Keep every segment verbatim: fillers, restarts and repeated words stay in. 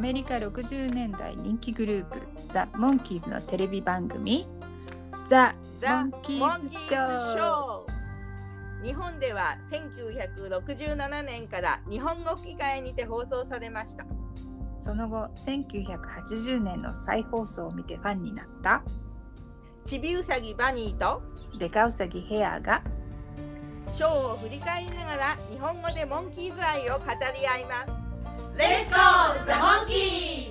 メリカろくじゅうねんだい人気グループザ・モンキーズのテレビ番組ザ・モンキーズショー。 日本ではせんきゅうひゃくろくじゅうななねんから日本語吹き替えにて放送されました。 その後せんきゅうひゃくはちじゅうねんの再放送を見てファンになったちびうさぎバニーとデカウサギヘアがショーを振り返りながら日本語でモンキーズ愛を語り合います。 Let's go the monkeys!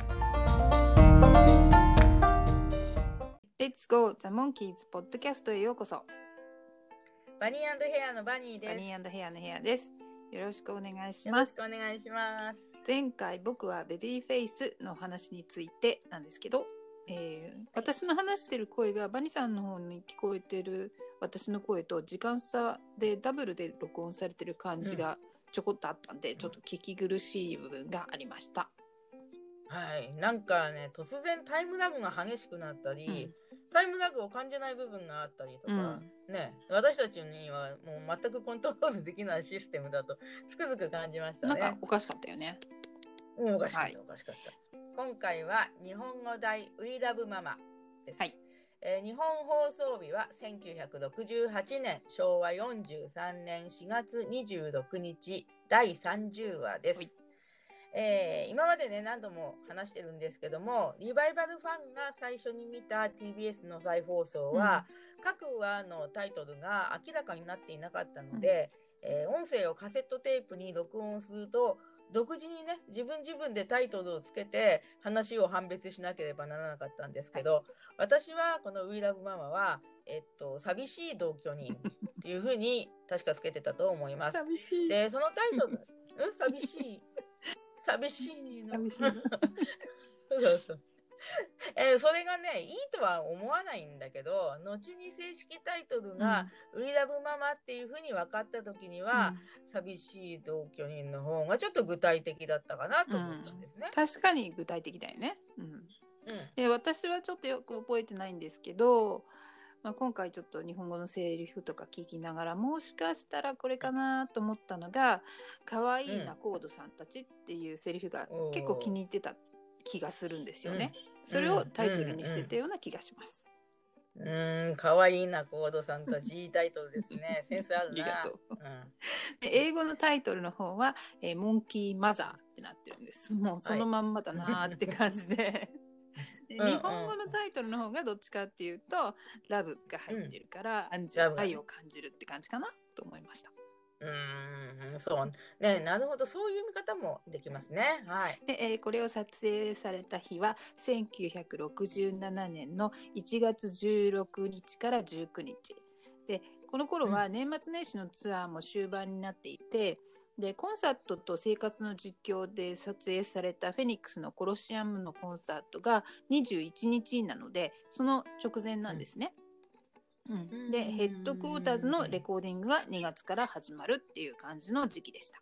Let's go the monkeys ポッドキャストへようこそ。 バニー&ヘアのバニーです。 バニー&ヘアのヘアです。よろしくお願いしよろします。 くお願いします。 前回僕はベビーフェイスの話についてなんですけど、えー、私の話してる声がバニさんの方に聞こえてる私の声と時間差でダブルで録音されてる感じがちょこっとあったんで、うん、ちょっと聞き苦しい部分がありました。 はい、なんかね突然タイムラグが激しくなったり、うん、タイムラグを感じない部分があったりとか、うん、ね、私たちにはもう全くコントロールできないシステムだとつくづく感じましたね。 なんかおかしかったよね。 うん、おかしかった、はい、おかしかった。今回は日本語題 We Love Mama です。はい、えー、日本放送日はせんきゅうひゃくろくじゅうはちねんしょうわよんじゅうさんねんしがつにじゅうろくにちだいさんじゅうわです。はい、えー、今までね何度も話してるんですけども、リバイバルファンが最初に見た ティービーエス の再放送は、うん、各話のタイトルが明らかになっていなかったので、うん、えー、音声をカセットテープに録音すると独自にね自分自分でタイトルをつけて話を判別しなければならなかったんですけど、はい、私はこの We Love Mama は、えっと、寂しい同居人っていう風に確かつけてたと思います。 寂しい。 でそのタイトルうん寂しい寂しいの。 寂しいそうそう。えー、それがねいいとは思わないんだけど、後に正式タイトルが「We Love Mama」っていう風に分かった時には、うん、寂しい同居人の方がちょっと具体的だったかなと思ったんですね。 うん、確かに具体的だよね。うんうん、で私はちょっとよく覚えてないんですけど、まあ、今回ちょっと日本語のセリフとか聞きながらもしかしたらこれかなと思ったのが「かわいいなコードさんたち」っていうセリフが結構気に入ってた気がするんですよね。うんそれをタイトルにしてたような気がします。 うん、うん、かわいいなコードさんたちいいタイトルですね。センスあるな。 ありがとう。うん、で英語のタイトルの方は、えー、モンキーマザーってなってるんです。もうそのまんまだなって感じで、はい、日本語のタイトルの方がどっちかっていうとラブが入ってるから、うん、愛を感じるって感じかなと思いました。 うーんそうね、なるほど、そういう見方もできますね。はい。 で、えー、これを撮影された日はせんきゅうひゃくろくじゅうななねんのいちがつじゅうろくにちからじゅうくにちで、この頃は年末年始のツアーも終盤になっていて、うん、でコンサートと生活の実況で撮影されたフェニックスのコロシアムのコンサートがにじゅういちにちなのでその直前なんですね。うんうん、でヘッドクォーターズのレコーディングがにがつから始まるっていう感じの時期でした。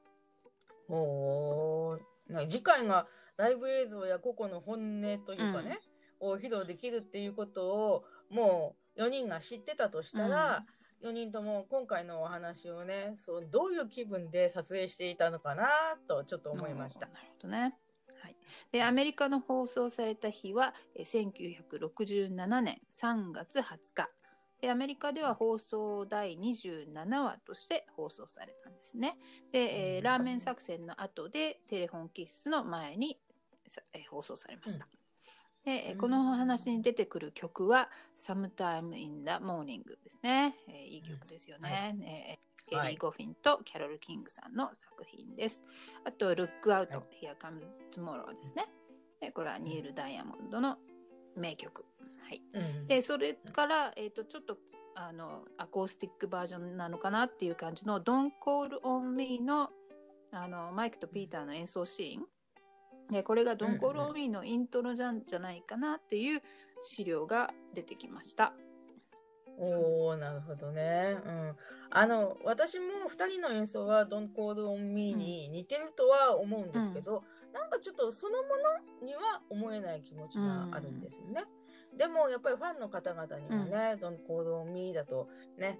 おー、次回がライブ映像や個々の本音というかね、うん、を披露できるっていうことをもうよにんが知ってたとしたら、うん、よにんとも今回のお話をねそうどういう気分で撮影していたのかなとちょっと思いました。 なるほどね。はい、でアメリカの放送された日はせんきゅうひゃくろくじゅうななねんさんがつはつかでアメリカでは放送だいにじゅうななわとして放送されたんですね。で、えー、ラーメン作戦の後でテレフォンキッスの前に、えー、放送されました。うん、でこの話に出てくる曲は Sometime in the Morning ですね。えー、いい曲ですよね。はいえー、ゲリー・ゴフィンとキャロル・キングさんの作品です。あと Look Out、はい、Here Comes Tomorrow ですね。でこれはニール・ダイヤモンドの名曲。はいうん、でそれから、えー、とちょっとあのアコースティックバージョンなのかなっていう感じの Don't Call on Me の、 あのマイクとピーターの演奏シーンでこれが Don't Call on Me のイントロじゃんじゃないかなっていう資料が出てきました。 おーなるほどね、うん、あの私もふたりの演奏は Don't Call on Me に似てるとは思うんですけど、うん、なんかちょっとそのものには思えない気持ちがあるんですよね。うんでもやっぱりファンの方々にはね、うん、Don't Call on Me だとね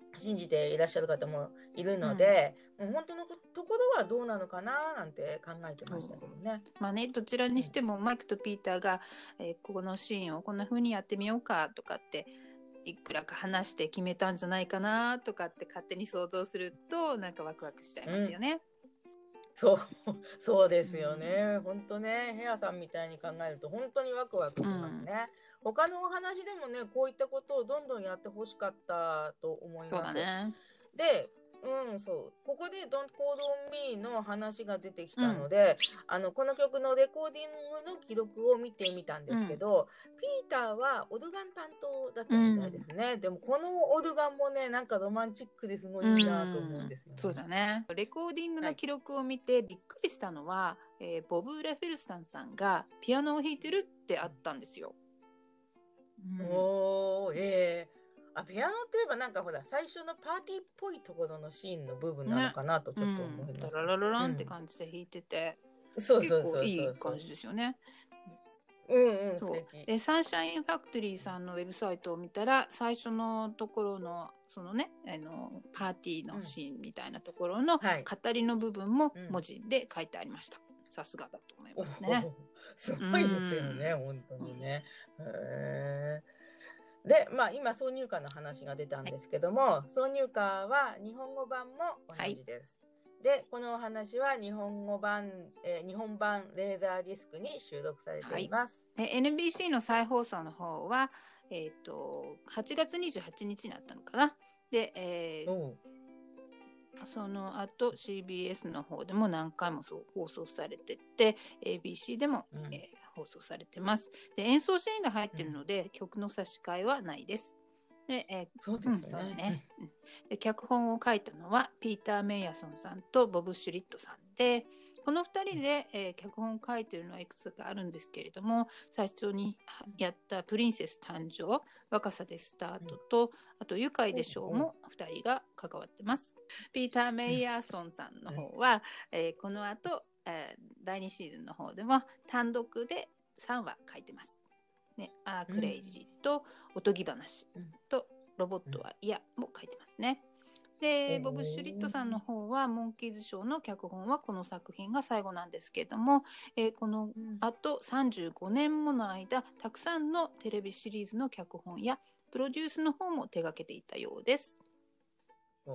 信じていらっしゃる方もいるので、うん、もう本当のところはどうなのかななんて考えてましたけどね。 まあね、どちらにしても、うん、マイクとピーターが、えー、このシーンをこんな風にやってみようかとかっていくらか話して決めたんじゃないかなとかって勝手に想像するとなんかワクワクしちゃいますよね。うん、 そうそうですよね、うん、本当ね、ヘアさんみたいに考えると本当にワクワクしますね。うん、他のお話でもね、こういったことをどんどんやってほしかったと思います。 そうだね。 で、うん、そうここで Don't Call on Me の話が出てきたので、うん、あのこの曲のレコーディングの記録を見てみたんですけど、うん、ピーターはオルガン担当だったみたいですね。うん、でもこのオルガンもね、なんかロマンチックですごいいいなと思うんですよね。 うん、そうだね。レコーディングの記録を見てびっくりしたのは、はい、えー、ボブ・レフェルスタンさんがピアノを弾いてるってあったんですよ。 うん、おー、えーあ、ピアノといえばなんかほら最初のパーティーっぽいところのシーンの部分なのかなとちょっと思います。 ね、うん、ダラララランって感じで弾いてて、 うん、そうそうそうそう、 結構いい感じですよね。 うんうん、 そうでサンシャインファクトリーさんのウェブサイトを見たら最初のところのそのねあのパーティーのシーンみたいなところの語りの部分も文字で書いてありました。さすがだと思いますね。 すごいですよね、うん、本当にね。へーで、まあ、今挿入歌の話が出たんですけども、はい、挿入歌は日本語版も同じです。はい、で、このお話は日本語版、えー、日本版レーザーディスクに収録されています。 はい、エヌビーシー の再放送の方は、えー、とはちがつにじゅうはちにちになったのかな。で、えー、その後 シービーエス の方でも何回もそう放送されてて エービーシー でも、うんえー放送されてます。で演奏シーンが入ってるので、うん、曲の差し替えはないです。で、えー、 そうですね。うん、 そうだね。で脚本を書いたのはピーター・メイヤソンさんとボブ・シュリットさんで、このふたりで、えー、脚本を書いてるのはいくつかあるんですけれども、最初にやったプリンセス誕生、若さでスタートと、うん、あと愉快でしょうもふたりが関わってます。ピーター・メイヤソンさんの方は、えー、この後だいにシーズンの方でも単独でさんわ書いてます、ね、あークレイジーとおとぎ話とロボットは嫌も書いてますね。でボブ・シュリットさんの方はモンキーズショーの脚本はこの作品が最後なんですけれども、えー、このあとさんじゅうごねんもの間たくさんのテレビシリーズの脚本やプロデュースの方も手掛けていたようです。はい、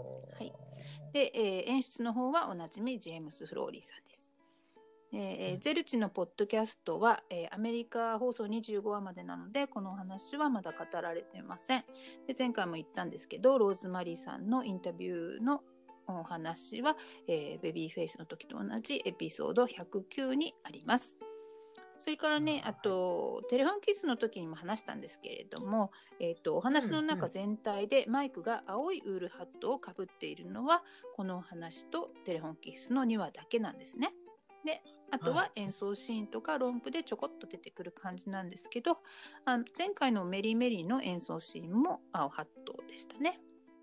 で、えー、演出の方はおなじみジェームス・フローリーさんです。えー、ゼルチのポッドキャストは、えー、アメリカ放送にじゅうごわまでなのでこのお話はまだ語られていません。で前回も言ったんですけどローズマリーさんのインタビューのお話は、えー、ベビーフェイスの時と同じエピソードひゃくきゅうにあります。それからね、あとテレフォンキスの時にも話したんですけれども、えーと、お話の中全体でマイクが青いウールハットをかぶっているのはこのお話とテレフォンキスのにわだけなんですね。であとは演奏シーンとかロンプでちょこっと出てくる感じなんですけど、あの前回のメリーメリーの演奏シーンも青ハットでしたね。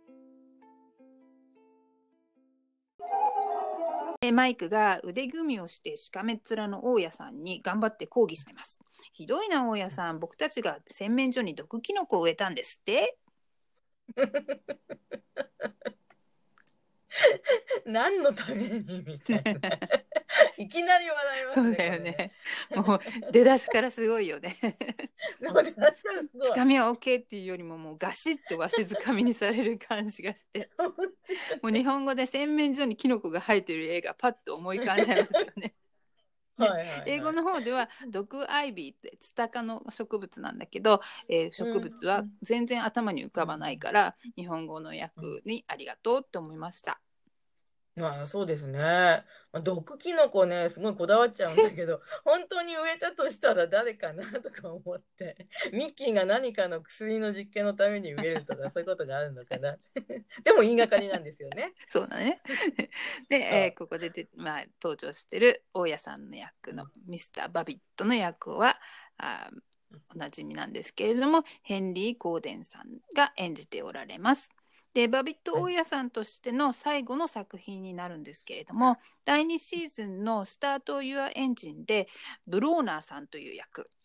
マイクが腕組みをしてしかめっ面の大家さんに頑張って抗議してます。ひどいな大家さん、僕たちが洗面所に毒キノコを植えたんですって何のためにみたいないきなり笑いますね。 そうだよね。もう出だしからすごいよね。つかみは OK っていうよりももうガシッとわしづかみにされる感じがしてもう日本語で洗面所にキノコが生えてる映画パッと思い浮かんじゃいますよね。はいはいはい、英語の方ではドクアイビーってツタ科の植物なんだけど、えー、植物は全然頭に浮かばないから、うん、日本語の訳にありがとうって思いました。 ああそうですね。まあ、毒キノコねすごいこだわっちゃうんだけど本当に植えたとしたら誰かなとか思ってミッキーが何かの薬の実験のために植えるとかそういうことがあるのかなでも言いがかりなんですよね。 そうだね。で、えー、ここでで、まあ、登場してる大家さんの役のミスター・バビットの役はあおなじみなんですけれどもヘンリー・コーデンさんが演じておられます。でバビット大家さんとしての最後の作品になるんですけれども、はい、だいにシーズンのスタート・ユア・エンジンでブローナーさんという役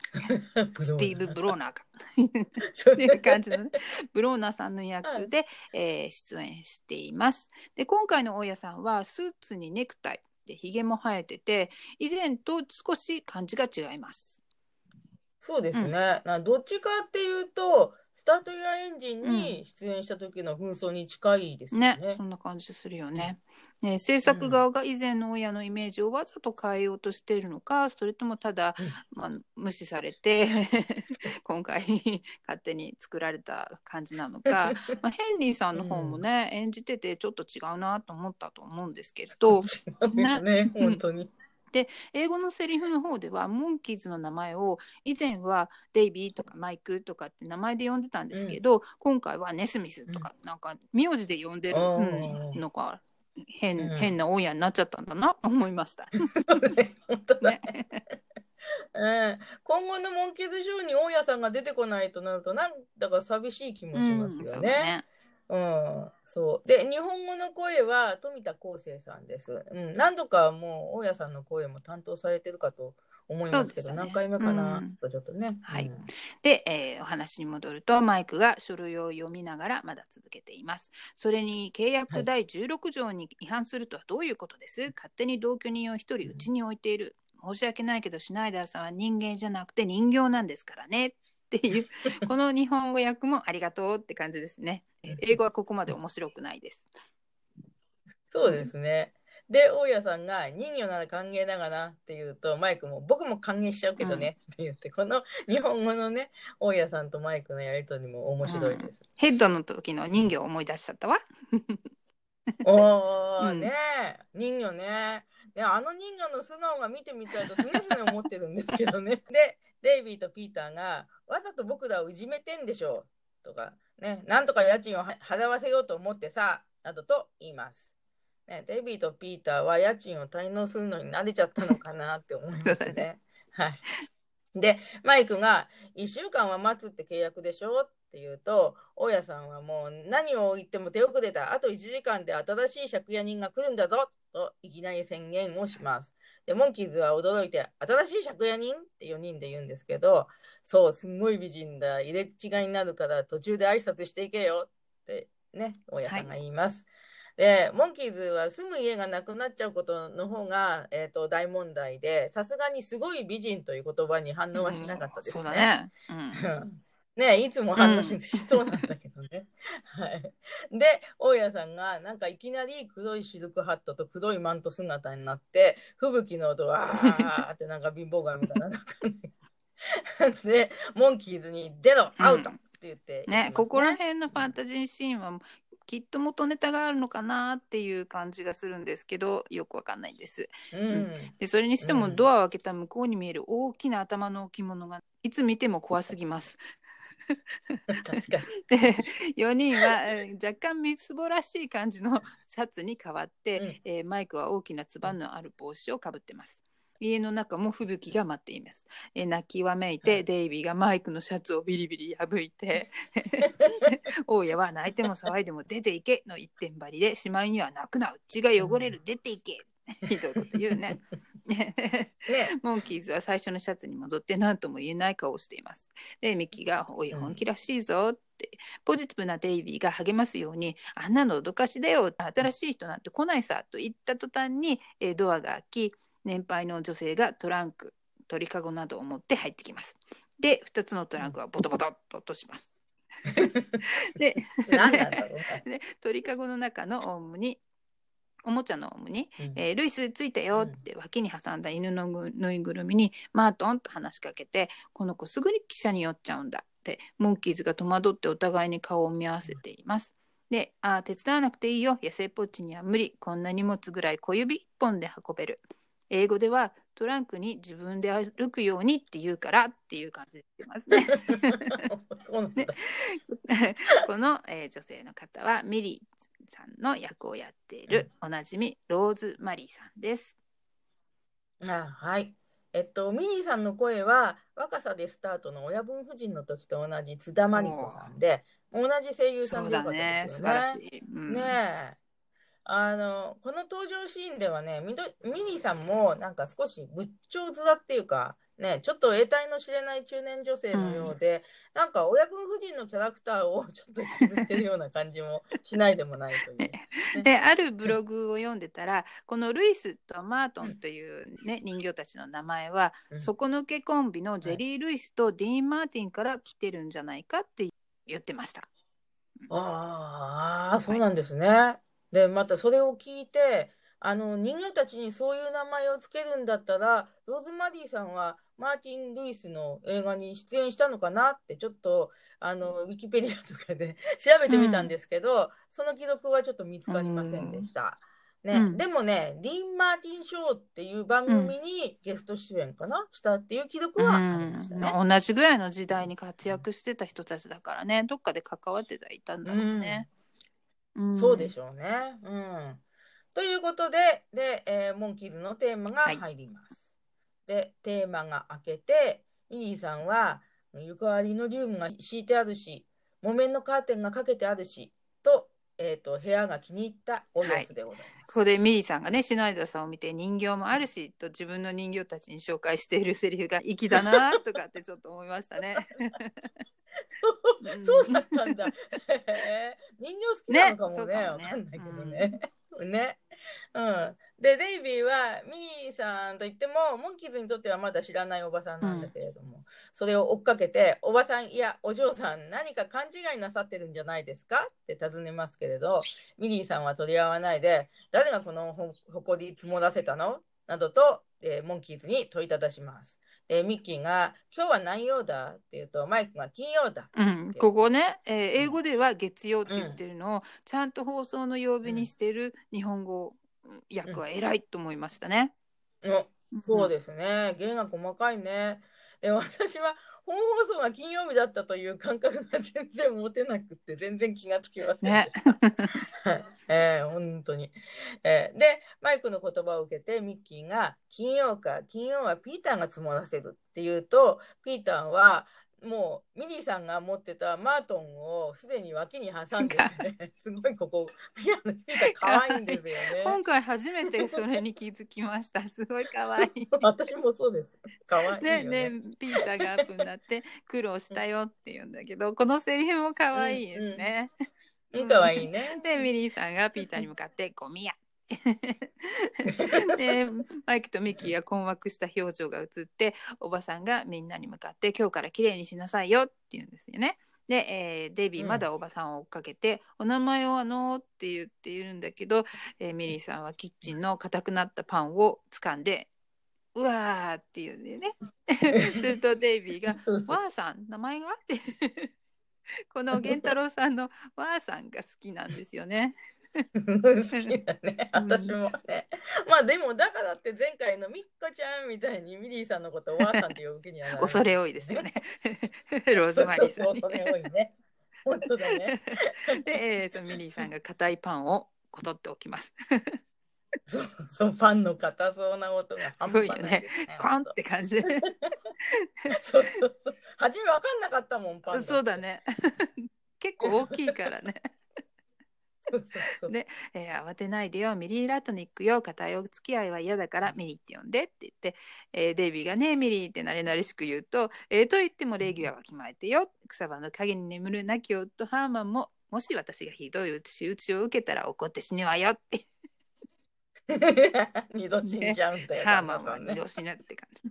スティーブ・ブローナーかっていう感じの、ね、ブローナーさんの役で、はい、えー、出演しています。で今回の大家さんはスーツにネクタイでひげも生えてて以前と少し感じが違います。 そうですね、うん、どっちかっていうとスタート・ユア・エンジンに出演した時の紛争に近いですよね。 ね、そんな感じするよね。ね、制作側が以前の親のイメージをわざと変えようとしているのか、それともただ、うん、まあ、無視されて今回勝手に作られた感じなのか、まあ、ヘンリーさんの方もね、うん、演じててちょっと違うなと思ったと思うんですけど、 違うんですね、本当に。 で英語のセリフの方ではモンキーズの名前を以前はデイビーとかマイクとかって名前で呼んでたんですけど、うん、今回はネスミスとか、うん、なんか名字で呼んでる、うん、のが変、うん、変な大家になっちゃったんだなと思いました。 ね、本当だね。うん、今後のモンキーズショーに大家さんが出てこないとなるとなんだか寂しい気もしますよね。うん、そう。で、日本語の声は富田康生さんです。うん、何度かもう大家さんの声も担当されてるかと思いますけど、ね、何回目かな、うん、とちょっとね。 はい。うん、で、えー、お話に戻ると、マイクが書類を読みながらまだ続けています。それに契約だいじゅうろく条に違反するとはどういうことです？はい、勝手に同居人を一人うちに置いている。申し訳ないけどシュナイダーさんは人間じゃなくて人形なんですからね。っていうこの日本語訳もありがとうって感じですね。英語はここまで面白くないです。 そうですね。で大家さんが人魚なら歓迎だがなって言うとマイクも僕も歓迎しちゃうけどねって言って、うん、この日本語のね大家さんとマイクのやりとりも面白いです、うん、 ヘッドの時の人魚を思い出しちゃったわ。 おー、うん、ねえ人魚ね。であの人魚の素顔が見てみたいと常々思ってるんですけどね。でデイビーとピーターがわざと僕らをいじめてんでしょとかね、なんとか家賃を払わせようと思ってさなどと言います、ね、デイビーとピーターは家賃を滞納するのに慣れちゃったのかなって思いますね。はい。でマイクがいっしゅうかんは待つって契約でしょって言うと大家さんはもう何を言っても手遅れだ、あといちじかんで新しい借家人が来るんだぞといきなり宣言をします。でモンキーズは驚いて新しい借家人ってよにんで言うんですけど、そうすんごい美人だ、入れ違いになるから途中で挨拶していけよってね大家さんが言います、はい。でモンキーズは住む家がなくなっちゃうことの方が、えーと、大問題でさすがにすごい美人という言葉に反応はしなかったですね。うん、そうだね。うんね、いつも反応しそうなんだけどね。うん、はい。で、大家さんがなんかいきなり黒いシルクハットと黒いマント姿になって、吹雪の音があーってなんか貧乏神みたいななんかで、モンキーズに出ろ、アウトって言って、 うん、ね、ね、ここら辺のファンタジーシーンはきっと元ネタがあるのかなっていう感じがするんですけど、よくわかんないんです。うんうん、でそれにしてもドアを開けた向こうに見える大きな頭の置物がいつ見ても怖すぎます。 確かに。 でよにんは若干みすぼらしい感じのシャツに変わって、うんえー、マイクは大きなつばのある帽子をかぶってます。家の中も吹雪が待っています。えー、泣きわめいて、はい、デイビーがマイクのシャツをビリビリ破いて大家は泣いても騒いでも出ていけの一点張りで、しまいには泣くな、うちが汚れる、出ていけひどいこと言うね。ね、モンキーズは最初のシャツに戻って何とも言えない顔をしています。でミキがおい本気らしいぞって、うん、ポジティブなデイビーが励ますように、あんなの脅かしだよ、新しい人なんて来ないさと言った途端に、えー、ドアが開き、年配の女性がトランク、鳥かごなどを持って入ってきます。でふたつのトランクはボトボトっと落とします。で何なんだろうね、鳥かごの中のオウムにおもちゃのオウムに、うんえー、ルイスついたよって脇に挟んだ犬のぬいぐるみにマートンと話しかけて、この子すぐに汽車に寄っちゃうんだってモンキーズが戸惑ってお互いに顔を見合わせています。であ手伝わなくていいよ、野生ポッチには無理、こんな荷物ぐらい小指一本で運べる、英語ではトランクに自分で歩くようにって言うからっていう感じで言ってますね。ねこの、えー、女性の方はミリーさんの役をやっているおなじみローズマリーさんです。 あはい。えっとミリーさんの声は若さでスタートの親分夫人の時と同じ津田真理子さんで、同じ声優さんでよかったですよね。そうだね、素晴らしい。うん、ねえ。あのこの登場シーンではね、ミドミニーさんもなんか少し仏頂面っていうかね、ちょっと得体の知れない中年女性のようで、うん、なんか親分夫人のキャラクターをちょっと引きずってるような感じもしないでもないという、ね。 で、あるブログを読んでたら、このルイスとマートンという、ね、人形たちの名前は、うん、底抜けコンビのジェリー・ルイスとディーン・マーティンから来てるんじゃないかって言ってました。 ああ、そうなんですね。はい、で、またそれを聞いて、あの人形たちにそういう名前をつけるんだったら、ローズマリーさんはマーティン・ルイスの映画に出演したのかなってちょっとあのウィキペディアとかで調べてみたんですけど、うん、その記録はちょっと見つかりませんでした。ね、うん、でもね、ディーン・マーティン・ショーっていう番組にゲスト出演かな、うん、したっていう記録はありましたね、 うん。同じぐらいの時代に活躍してた人たちだからね、どっかで関わっていたんだろうね。 うん、そうでしょうね。うん。ということで、で、えー、モンキーズのテーマが入ります。はい、で、テーマが明けて、ミリーさんは、床割りのリュームが敷いてあるし、木綿のカーテンがかけてあるし、と、えっと、部屋が気に入ったお様子でございます。はい、 ここでミリーさんがね、シュナイダーさんを見て、人形もあるし、と自分の人形たちに紹介しているセリフが粋だな、とかってちょっと思いましたね。 そうだったんだ。人形好きなのかもね、わ、ね、かんないけどね。うん、ね。うん。で、デイビーはミリーさんといっても、モンキーズにとってはまだ知らないおばさんなんだけれども、うん、それを追っかけて、おばさん、いや、お嬢さん、何か勘違いなさってるんじゃないですかって尋ねますけれど、ミリーさんは取り合わないで、誰がこのほ、ほこり積もらせたのなどと、えー、モンキーズに問いただします。えー、ミッキーが今日は何曜だって言うとマイクが金曜だ、 うん、ここね、えー、英語では月曜って言ってるのを、うん、ちゃんと放送の曜日にしてる日本語訳は偉いと思いましたね。 うんうん、そうですね、芸が細かいね。で、私は本放送が金曜日だったという感覚が全然持てなくて全然気がつきませんでした。ねえー、本当に、えー。で、マイクの言葉を受けてミッキーが金曜か、金曜はピーターが積もらせるって言うと、ピーターはもうミリーさんが持ってたマートンをすでに脇に挟んでて、すごいここピアノピーター可愛いんですよね。 今回初めてそれに気づきました。すごい可愛い。 私もそうです。可愛いよね。 で、ね、ピーターがアップになって苦労したよって言うんだけど、このセリフも可愛いですね。 うんうん、可愛いね。 で、ミリーさんがピーターに向かってゴミや。でマイクとミッキーが困惑した表情が映って、おばさんがみんなに向かって今日からきれいにしなさいよって言うんですよね。で、えー、デビーまだおばさんを追っかけて、うん、お名前をあのって言っているんだけど、えー、ミリーさんはキッチンの硬くなったパンを掴んでうわーって言うんだよね。するとデイビーがわーさん名前がってこの源太郎さんのわーさんが好きなんですよね。 好きだね、私もね。まあでもだからって前回のみっこちゃんみたいにミリーさんのことをおばあさんって呼ぶ気にはならない、ね、 恐れ多いですよね。ローズマリーさんに。 そうそうそう、恐れ多いね。本当だね。 で、えー、そのミリーさんが硬いパンをことっておきます。 そうそう、パンの硬そうな音が半端ないですね。 コンって感じ。 そうそうそう。初め分かんなかったもん、パンだって。 そうだね。結構大きいからね。 そうそうそうで、えー、慌てないでよ、ミリー・ラトニックよ、固いお付き合いは嫌だからミリーって呼んでって言って、えー、デイビーがね、ミリーってなれなれしく言うと、えー、と言っても礼儀はわきまえてよ、草葉の陰に眠る亡き夫ハーマンも、もし私がひどい打ち打ちを受けたら怒って死ぬわよって。 二度死んじゃうんだよ、ね、 ハーマンは二度死ぬって感じ。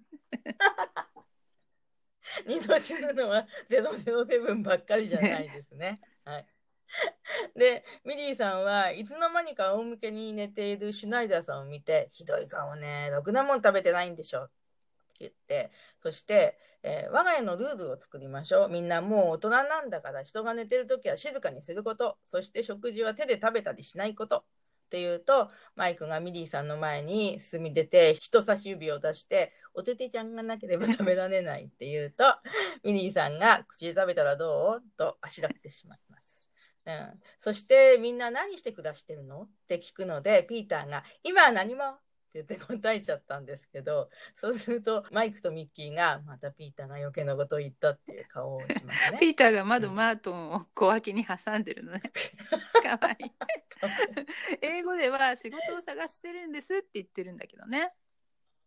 二度死ぬのはゼロゼロセブンばっかりじゃないですね。はい。で、ミリーさんはいつの間にか仰向けに寝ているシュナイダーさんを見て、ひどい顔ね、ろくなもん食べてないんでしょって言って、そして、えー、我が家のルールを作りましょう。みんなもう大人なんだから人が寝てるときは静かにすること、そして食事は手で食べたりしないこと。っていうと、マイクがミリーさんの前に進み出て、人差し指を出して、おててちゃんがなければ食べられないって言うと、ミリーさんが口で食べたらどうとあしらってしまいます。うん、そしてみんな何して暮らしてるのって聞くので、ピーターが今は何もって言って答えちゃったんですけど、そうするとマイクとミッキーがまたピーターが余計なことを言ったっていう顔をしますね。 ピーターが窓マートンを小脇に挟んでるのね。かわいい。英語では仕事を探してるんですって言ってるんだけどね。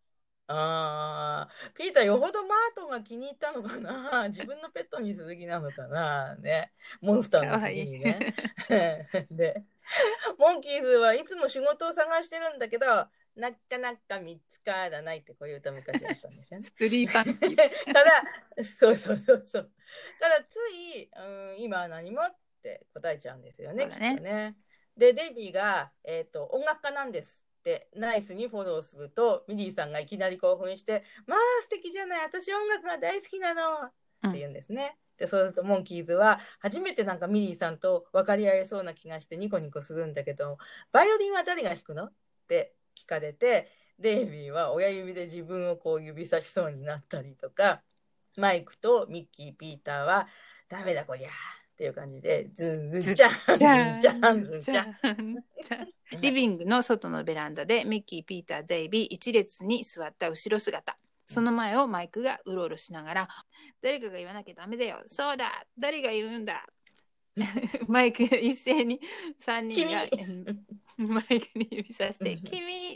ああ、ピーターよほどマートが気に入ったのかな。自分のペットにする気なのかな。ね。モンスターの次にね。で、モンキーズはいつも仕事を探してるんだけど、なかなか見つからないってこういう歌昔あったんですよね。 スリーパンキーただ、そうそうそうそう。ただつい、うん、今は何もって答えちゃうんですよね、 そうだねきっとね。で、デイビーが、えっと、音楽家なんですってナイスにフォローすると、ミリーさんがいきなり興奮して、まあ素敵じゃない、私音楽が大好きなのって言うんですね。うん、で、そうするとモンキーズは、初めてなんかミリーさんと分かり合えそうな気がしてニコニコするんだけど、バイオリンは誰が弾くのって聞かれて、デイビーは親指で自分をこう指さしそうになったりとか、マイクとミッキー、ピーターは、ダメだこりゃっていう感じで、ズンズンチャン、ズンチャン、ズンチャン。 リビングの外のベランダでミッキー、ピーター、デイビー一列に座った後ろ姿。その前をマイクがうろうろしながら、誰かが言わなきゃダメだよ。そうだ、誰が言うんだ。マイク一斉にさんにんがマイクに指さして「君!」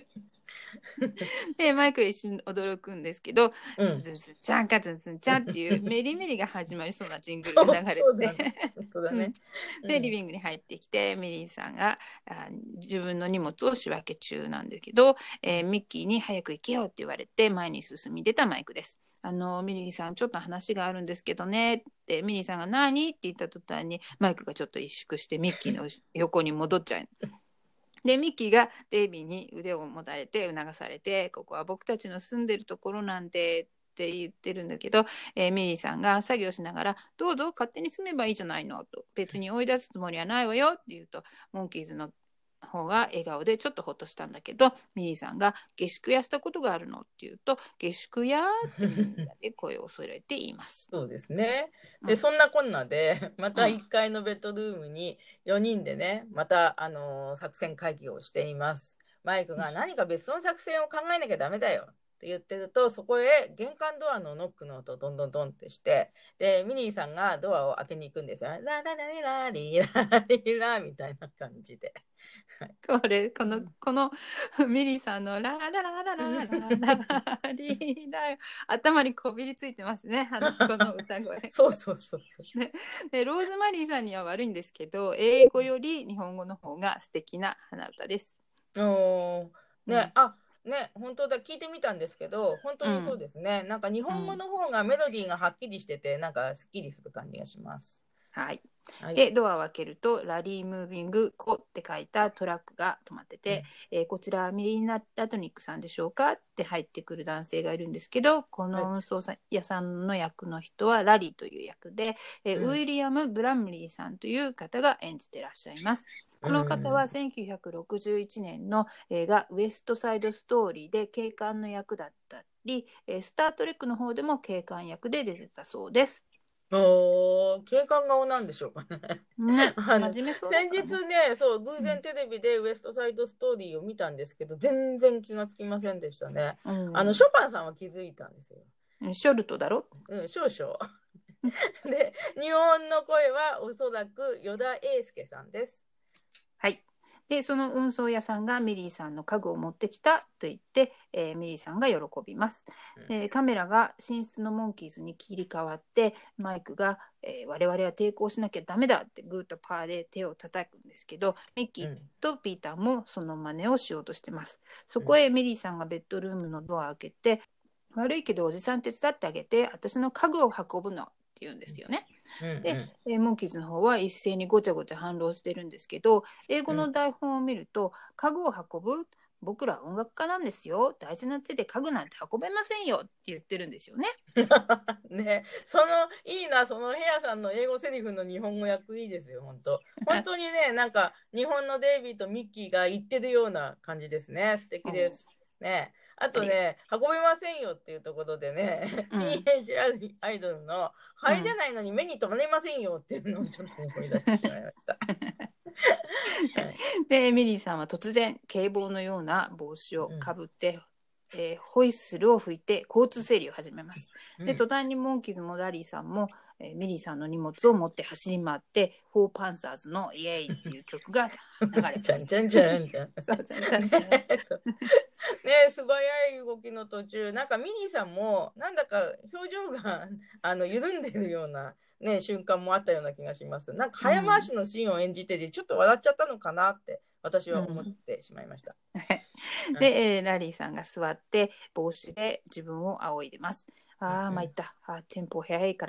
でマイクが一瞬驚くんですけど「 うん、 ズンズンチャンかズンズンチャン」っていうメリメリが始まりそうなジングルが流れてでリビングに入ってきてミリーさんがあ自分の荷物を仕分け中なんだけど、えー、ミッキーに早く行けよって言われて前に進み出たマイクです。あのミリーさんちょっと話があるんですけどねってミリーさんが何って言った途端にマイクがちょっと萎縮してミッキーの横に戻っちゃう。でミッキーがデイビーに腕を持たれて促されてここは僕たちの住んでるところなんでって言ってるんだけど、えー、ミリーさんが作業しながらどうぞ勝手に住めばいいじゃないのと別に追い出すつもりはないわよって言うとモンキーズの方が笑顔でちょっとほっとしたんだけどミリーさんが下宿屋したことがあるのって言うと下宿屋ってみんなで声を揃えて言います。 そうですね。で、うん、そんなこんなでまたいっかいのベッドルームによにんでねまた、あのー、作戦会議をしています。マイクが何か別の作戦を考えなきゃダメだよって言ってるとそこへ玄関ドアのノックの音をドンドンドンってしてでミニーさんがドアを開けに行くんですよ。ラララリラリラリラみたいな感じで。 これこのこのミリーさんのラララララララリラ頭にこびりついてますねあのこの歌声そうそうそうそうででローズマリーさんには悪いんですけど英語より日本語の方が素敵な鼻歌です。 おね、うん、あね本当だ聞いてみたんですけど本当にそうですね、うん、なんか日本語の方がメロディーがはっきりしててなんかすっきりする感じがします。 はい、はい、でドアを開けるとラリームービングコって書いたトラックが止まってて、うんえー、こちらミリーナ・ラトニックさんでしょうかって入ってくる男性がいるんですけどこの運送屋さんの役の人はラリーという役で、えーうん、ウィリアム・ブラムリーさんという方が演じてらっしゃいます。この方はせんきゅうひゃくろくじゅういちねんの映画ウエストサイドストーリーで警官の役だったりスタートレックの方でも警官役で出てたそうです。 おー警官顔なんでしょうかね。 ね真面目そうだからね、 先日ねそう偶然テレビでウエストサイドストーリーを見たんですけど、うん、全然気がつきませんでしたね、うん、あのショパンさんは気づいたんですよ。 ショルトだろうん少々で日本の声はおそらく与田英介さんです。 はいでその運送屋さんがミリーさんの家具を持ってきたと言って、えー、ミリーさんが喜びます、うんでカメラが寝室のモンキーズに切り替わってマイクが、えー、我々は抵抗しなきゃダメだってグーとパーで手を叩くんですけどミッキーとピーターもその真似をしようとしてます。そこへミリーさんがベッドルームのドアを開けて、うん、悪いけどおじさん手伝ってあげて私の家具を運ぶのって言うんですよね。うんうん、で、えー、モンキーズの方は一斉にごちゃごちゃ反論してるんですけど英語の台本を見ると、うん、家具を運ぶ僕ら音楽家なんですよ大事な手で家具なんて運べませんよって言ってるんですよね。 ねそのいいなそのヘアさんの英語セリフの日本語訳いいですよ本当本当にねなんか日本のデイビーとミッキーが言ってるような感じですね。素敵です、うん、ねあとね、運べませんよっていうところでね、うん、ティーンエイジアイドルの、ハエじゃないのに目に留まれませんよっていうのをちょっと思い出してしまいました。 はい、で、ミリーさんは突然、警棒のような帽子をかぶって、うんえー、ホイッスルを吹いて交通整理を始めます。うん、で、途端にモンキーズもラリーさんも、 えーミリーさんの荷物を持って走り回ってフォーパンサーズのイエーイっていう曲が流れます。 ちゃんちゃんちゃんちゃん。 そうちゃんちゃんちゃん。 ね素早い動きの途中、なんかミニーさんもなんだか表情があの緩んでるような、ね、瞬間もあったような気がします。なんか早回しのシーンを演じててちょっと笑っちゃったのかなって私は思ってしまいました。 うん、で、えー、ラリーさんが座って帽子で自分を仰いでます。ああ、参った。あテンポ早いから。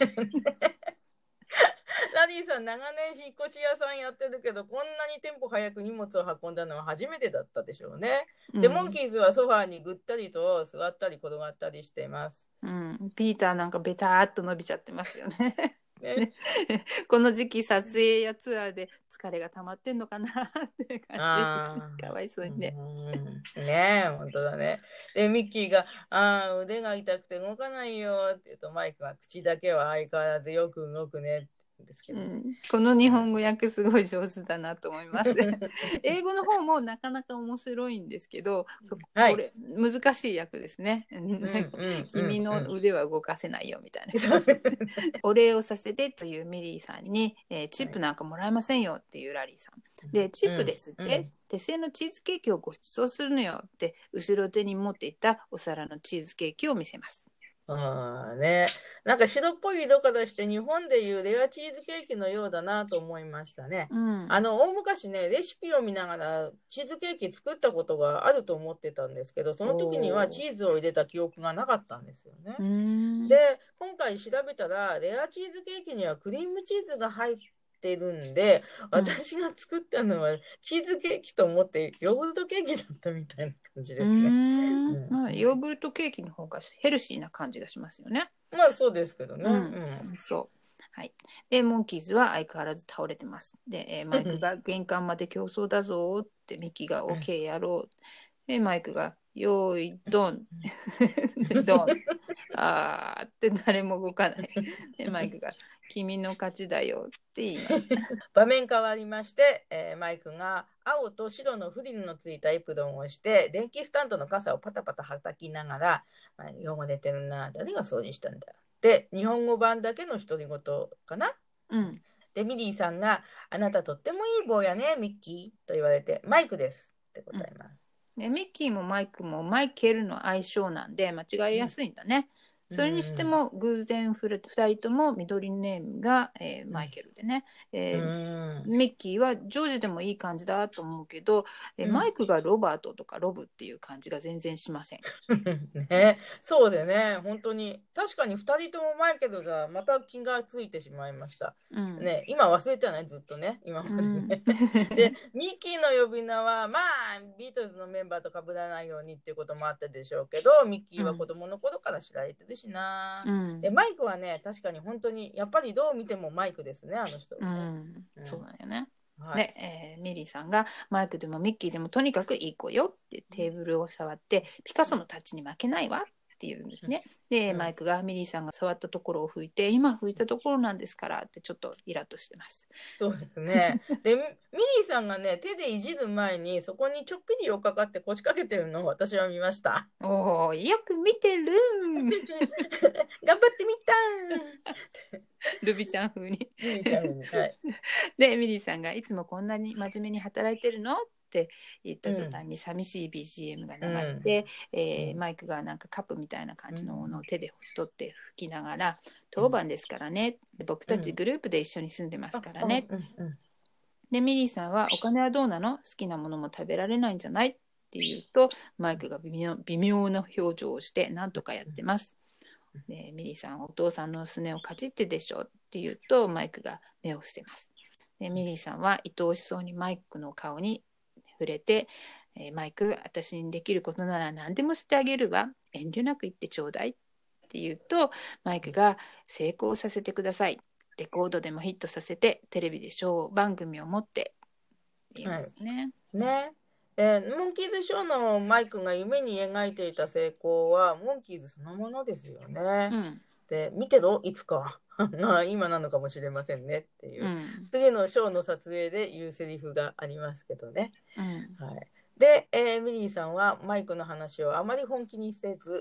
ラリーさん長年引っ越し屋さんやってるけどこんなにテンポ早く荷物を運んだのは初めてだったでしょうね。で、うん、モンキーズはソファーにぐったりと座ったり転がったりしています。 うん、ピーターなんかベターっと伸びちゃってますよね。ねこの時期撮影やツアーで疲れが溜まってんのかなっていう感じです。かわいそうにね。 うんねえ本当だね。でミッキーが「あー腕が痛くて動かないよ」って言うとマイクが「口だけは相変わらずよく動くね」ですけど、うん、 この日本語訳すごい上手だなと思います。英語の方もなかなか面白いんですけど、そこ、はい、これ難しい訳ですね。君の腕は動かせないよみたいな。お礼をさせてというミリーさんに、えー、チップなんかもらえませんよっていうラリーさん。で、チップですって、うん、手製のチーズケーキをご馳走するのよって後ろ手に持っていたお皿のチーズケーキを見せます。 あね、なんか白っぽい色からして日本でいうレアチーズケーキのようだなと思いましたね。うん、あの大昔ねレシピを見ながらチーズケーキ作ったことがあると思ってたんですけどその時にはチーズを入れた記憶がなかったんですよね。で今回調べたらレアチーズケーキにはクリームチーズが入っててるんで私が作ったのはチーズケーキと思ってヨーグルトケーキだったみたいな感じですね。 うんまあ、ヨーグルトケーキの方がヘルシーな感じがしますよね。 まあそうですけどね。うんうん、そうはい。でモンキーズは相変わらず倒れてます。で、えー、マイクが玄関まで競争だぞってミキが OK やろう。でマイクがよーいドンドンあーって誰も動かない。でマイクが君の勝ちだよって言います。 場面変わりまして、えー、マイクが青と白のフリルのついたエプロンをして電気スタンドの傘をパタパタ叩きながら、まあ、汚れてるな誰が掃除したんだで日本語版だけの独り言かな、 うん、 でミリーさんがあなたとってもいい坊やねミッキーと言われてマイクですって答えます、 うん、でミッキーもマイクもマイケルの愛称なんで間違いやすいんだね、うんそれにしても偶然ふたりとも緑ネームが、えー、マイケルでね、えー、ミッキーはジョージでもいい感じだと思うけど、えー、マイクがロバートとかロブっていう感じが全然しません。 ね、そうでね本当に確かにふたりともマイケルがまた気がついてしまいました、うんね、今忘れてないずっとね今までね、うん、でミッキーの呼び名はまあビートルズのメンバーと被らないようにっていうこともあったでしょうけどミッキーは子供の頃から知られてるしな、うん、でマイクはね確かに本当にやっぱりどう見てもマイクですねあの人、ねうんうん、そうだよね、はい、で、えー、ミリーさんがマイクでもミッキーでもとにかくいい子よってテーブルを触ってピカソのタッチに負けないわって言うんですね、うん、で、うん、マイクがミリーさんが触ったところを拭いて今拭いたところなんですからってちょっとイラッとしてます。 そうですねでミリーさんがね手でいじる前にそこにちょっぴり寄っかかって腰掛けてるのを私は見ました。 おおよく見てる頑張ってみたルビちゃん風にルビちゃん風に、はい、 でミリーさんがいつもこんなに真面目に働いてるのって言った途端に寂しい ビージーエム が流れて、うんえー、マイクがなんかカップみたいな感じのものを手で取って吹きながら、うん、当番ですからね僕たちグループで一緒に住んでますからね、うんうんうん、でミリーさんはお金はどうなの好きなものも食べられないんじゃないって言うとマイクが微妙、微妙な表情をして何とかやってます。でミリーさんお父さんのすねをかじってでしょって言うとマイクが目を捨てます。でミリーさんは愛おしそうにマイクの顔に触れて、えー、マイク私にできることなら何でもしてあげるわ遠慮なく言ってちょうだいって言うとマイクが成功させてくださいレコードでもヒットさせてテレビでショー番組を持ってって言うんですね、 はい、ねえー、モンキーズショーのマイクが夢に描いていた成功はモンキーズそのものですよね、うん、で見てろいつか今なのかもしれませんねっていう、うん、次のショーの撮影で言うセリフがありますけどね、うんはい、で、えー、ミリーさんはマイクの話をあまり本気にせず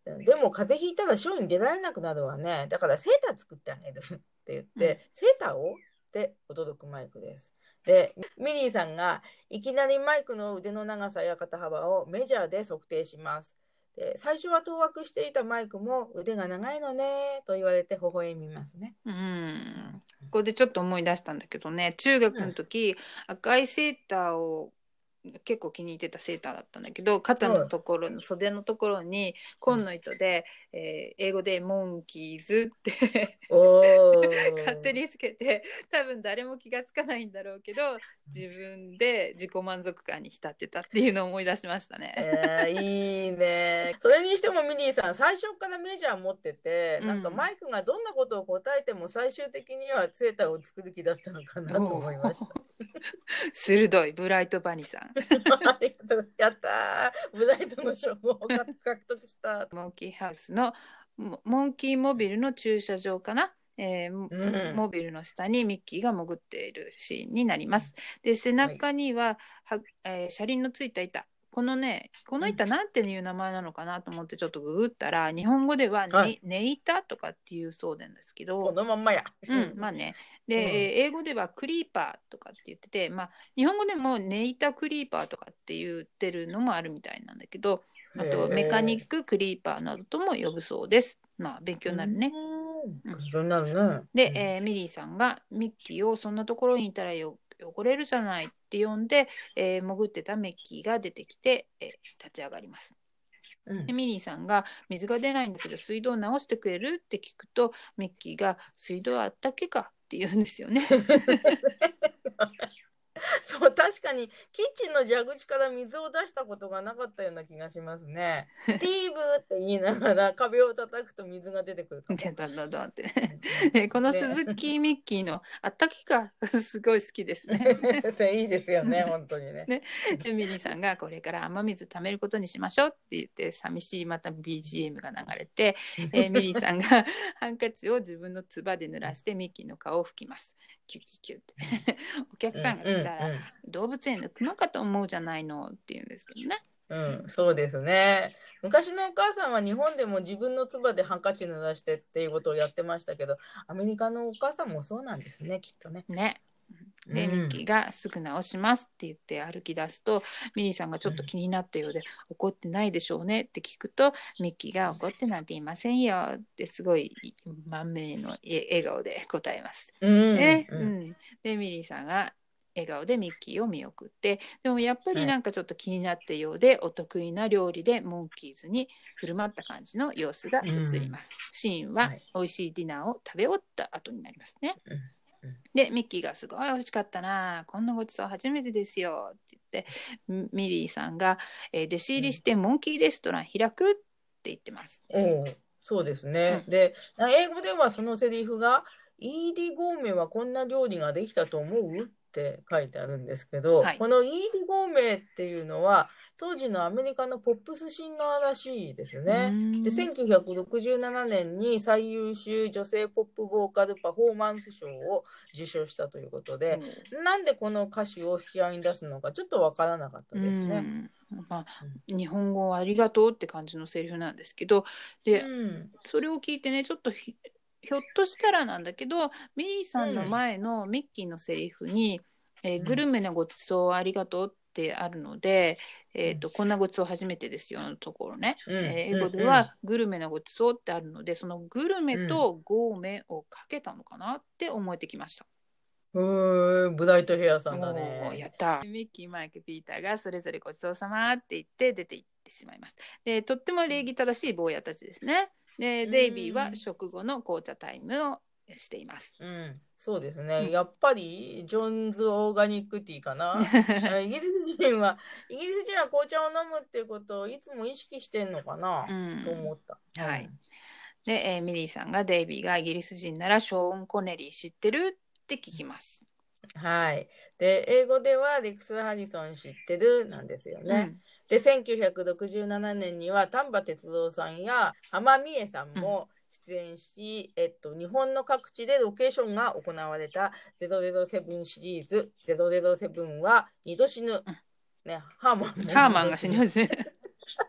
でも風邪ひいたらショーに出られなくなるわね。だからセーター作ってあげるって言って、うん、セーターをって驚くマイクです。で、ミリーさんがいきなりマイクの腕の長さや肩幅をメジャーで測定します。で、最初は当惑していたマイクも腕が長いのねと言われて微笑みますね。 うん。ここでちょっと思い出したんだけどね、中学の時、うん、赤いセーターを結構気に入ってたセーターだったんだけど、肩のところの袖のところに紺の糸で、うん、えー、英語でモンキーズって勝手につけて、多分誰も気がつかないんだろうけど、自分で自己満足感に浸ってたっていうのを思い出しましたね。 えー、いいね。それにしてもミニーさん最初からメジャー持ってて、うん、なんかマイクがどんなことを答えても最終的にはセーターを作る気だったのかなと思いました。 鋭いブライトバニさん。 やったー、ブライトの称号を獲得した。 モンキーハウスのモンキーモビルの駐車場かな、えーうん、モビルの下にミッキーが潜っているシーンになります。で、背中には、はい、えー、車輪のついた板、このね、この板なんていう名前なのかなと思ってちょっとググったら、日本語ではね、はい、ネイタとかっていうそうなんですけど、 そのまんまや。 うん、まあね。で、うん、英語ではクリーパーとかって言ってて、まあ、日本語でもネイタクリーパーとかって言ってるのもあるみたいなんだけど、あとメカニッククリーパーなどとも呼ぶそうです。まあ、勉強になるね。 勉強になるね。 で、えー、ミリーさんがミッキーをそんなところにいたらよ汚れるじゃないって呼んで、えー、潜ってたミッキーが出てきて、えー、立ち上がります。うん、でミリーさんが水が出ないんだけど水道を直してくれるって聞くと、ミッキーが水道あったけかって言うんですよね。 そう、確かにキッチンの蛇口から水を出したことがなかったような気がしますね。スティーブって言いながら壁を叩くと水が出てくるかも。 だだだって、この鈴木ミッキーのあったけかすごい好きですね。 いいですよね、本当にね。 ね、でミリーさんがこれから雨水貯めることにしましょうって言って寂しいまた ビージーエム が流れて、えー、ミリーさんがハンカチを自分のつばで濡らしてミッキーの顔を拭きます。キュキュキュってお客さんが来たら、うんうんうん、動物園のクマかと思うじゃないのって言うんですけどね。 うん、そうですね。昔のお母さんは日本でも自分の唾でハンカチ濡らしてっていうことをやってましたけど、アメリカのお母さんもそうなんですね、きっとね。 ね。で、うん、ミッキーがすぐ直しますって言って歩き出すと、ミリーさんがちょっと気になったようで、うん、怒ってないでしょうねって聞くと、ミッキーが怒ってなんて言いませんよってすごい満面の笑顔で答えます。 うんで、 うんうん、でミリーさんが笑顔でミッキーを見送って、でもやっぱりなんかちょっと気になったようで、はい、お得意な料理でモンキーズに振る舞った感じの様子が映ります。うん、シーンは美味しいディナーを食べ終わった後になりますね。うんでミッキーがすごい美味しかったな、こんなごちそう初めてですよって言って、ミリーさんが、えー、弟子入りしてモンキーレストラン開くって言ってます。 うん、そうですね、うん、で英語ではそのセリフがイーディ・ゴーメはこんな料理ができたと思うって書いてあるんですけど、はい、このイーディ・ゴーメっていうのは当時のアメリカのポップスシンガーらしいですね。で、せんきゅうひゃくろくじゅうななねんに最優秀女性ポップボーカルパフォーマンス賞を受賞したということで、うん、なんでこの歌手を引き合いに出すのかちょっとわからなかったですね。 まあ、うん、日本語ありがとうって感じのセリフなんですけど、で、うん、それを聞いてね、ちょっとひひょっとしたらなんだけど、ミリーさんの前のミッキーのセリフに、うんえー、グルメなごちそうありがとうってあるので、うんえー、とこんなごちそう初めてですよのところね、うんえー、英語ではグルメなごちそうってあるので、そのグルメとゴーメをかけたのかなって思えてきました。 うーん、ブライトヘアさんだね。 やった。ミッキー、マイク、ピーターがそれぞれごちそうさまって言って出て行ってしまいます。で、とっても礼儀正しい坊やたちですね。で、デイビーは食後の紅茶タイムをしています。 うん、そうですね、うん、やっぱりジョンズオーガニックティーかな。イギリス人はイギリス人は紅茶を飲むっていうことをいつも意識してんのかな、うん、と思った。 はい。で、えー、ミリーさんがデイビーがイギリス人ならショーン・コネリー知ってるって聞きます。 はい。で、英語ではレックス・ハリソン知ってるなんですよね。うん、で、せんきゅうひゃくろくじゅうななねんには丹波哲郎さんや浜美恵さんも出演し、うん、えっと、日本の各地でロケーションが行われたゼロゼロセブンシリーズ、ゼロゼロセブンは二度死ぬ。うん、ね、ハーマンも。 ハーマンが死ぬ。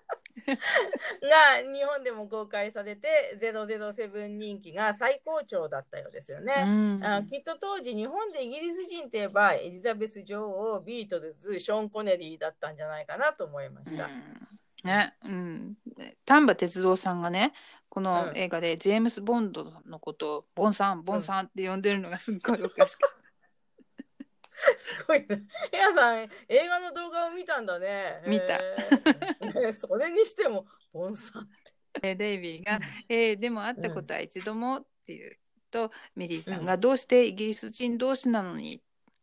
が日本でも公開されてゼロゼロセブン人気が最高潮だったようですよね、 うん、 あきっと当時日本でイギリス人といえばエリザベス女王、ビートルズ、ショーン・コネリーだったんじゃないかなと思いました、 うんねうん、丹波哲郎さんがねこの映画でジェームス・ボンドのことをボンさんボンさんって呼んでるのがすっごいおかしかった、 すごいね。ヘアさん、映画の動画を見たんだね。 見た。 ね、それにしても、ボンさんって。 デイビーが、えー、でも会ったことは一度もっていうと、ミリーさんがどうしてイギリス人同士なのに。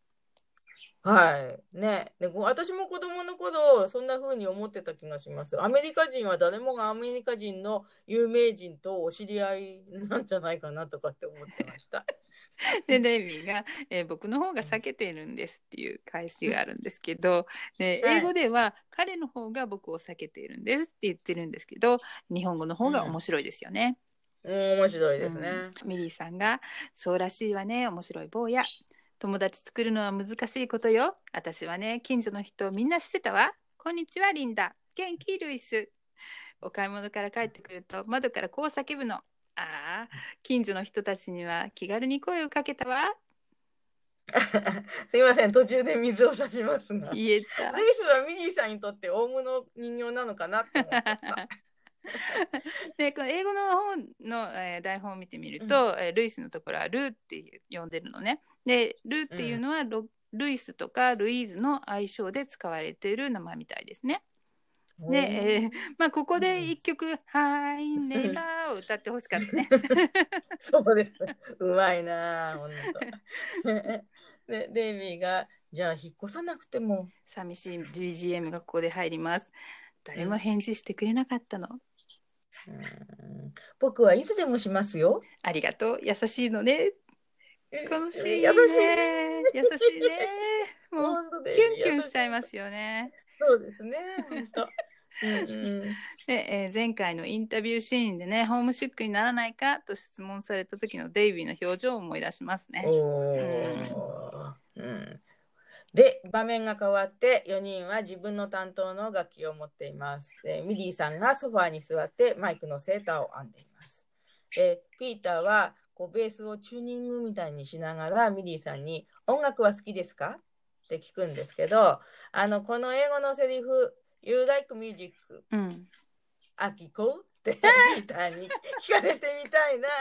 はいね、で私も子供の頃そんな風に思ってた気がします。アメリカ人は誰もがアメリカ人の有名人とお知り合いなんじゃないかなとかって思ってました。 でデイビーが、えー、僕の方が避けているんですっていう返しがあるんですけど、で英語では、はい、彼の方が僕を避けているんですって言ってるんですけど、日本語の方が面白いですよね。 うん、面白いですね、 うん、ミリーさんがそうらしいわね、面白い坊や、友達作るのは難しいことよ。私はね、近所の人みんな知ってたわ。こんにちはリンダ、元気ルイス。お買い物から帰ってくると窓からこう叫ぶの。ああ、近所の人たちには気軽に声をかけたわ。 すいません、途中で水を差しますが、 言えた。 ルイスはミリーさんにとってオウムの人形なのかなって思っちゃったでこの英語の本の、えー、台本を見てみると、うんえー、ルイスのところはルーって呼んでるのね。でルーっていうのは、うん、ルイスとかルイーズの愛称で使われている名前みたいですね。で、えーまあ、ここで一曲「ハイネイバー」を歌ってほしかったねそうです、うまいな本当でデイビーがじゃあ引っ越さなくても。 寂しい ビージーエム がここで入ります。誰も返事してくれなかったの、 うん、僕はいつでもしますよ。 ありがとう、優しいのね。楽しいね、 優しいね、 優しいねもうキュンキュンしちゃいますよね。 そうですね、本当うんうん、 で、えー、前回のインタビューシーンでね、ホームシックにならないかと質問された時のデイビーの表情を思い出しますね。 おー、うんうん、で場面が変わってよにんは自分の担当の楽器を持っています。でミリーさんがソファーに座ってマイクのセーターを編んでいます。でピーターはこうベースをチューニングみたいにしながらミリーさんに音楽は好きですかって聞くんですけど、あのこの英語のセリフ You like music、うん、あ聞こうってピーターに聞かれてみたいな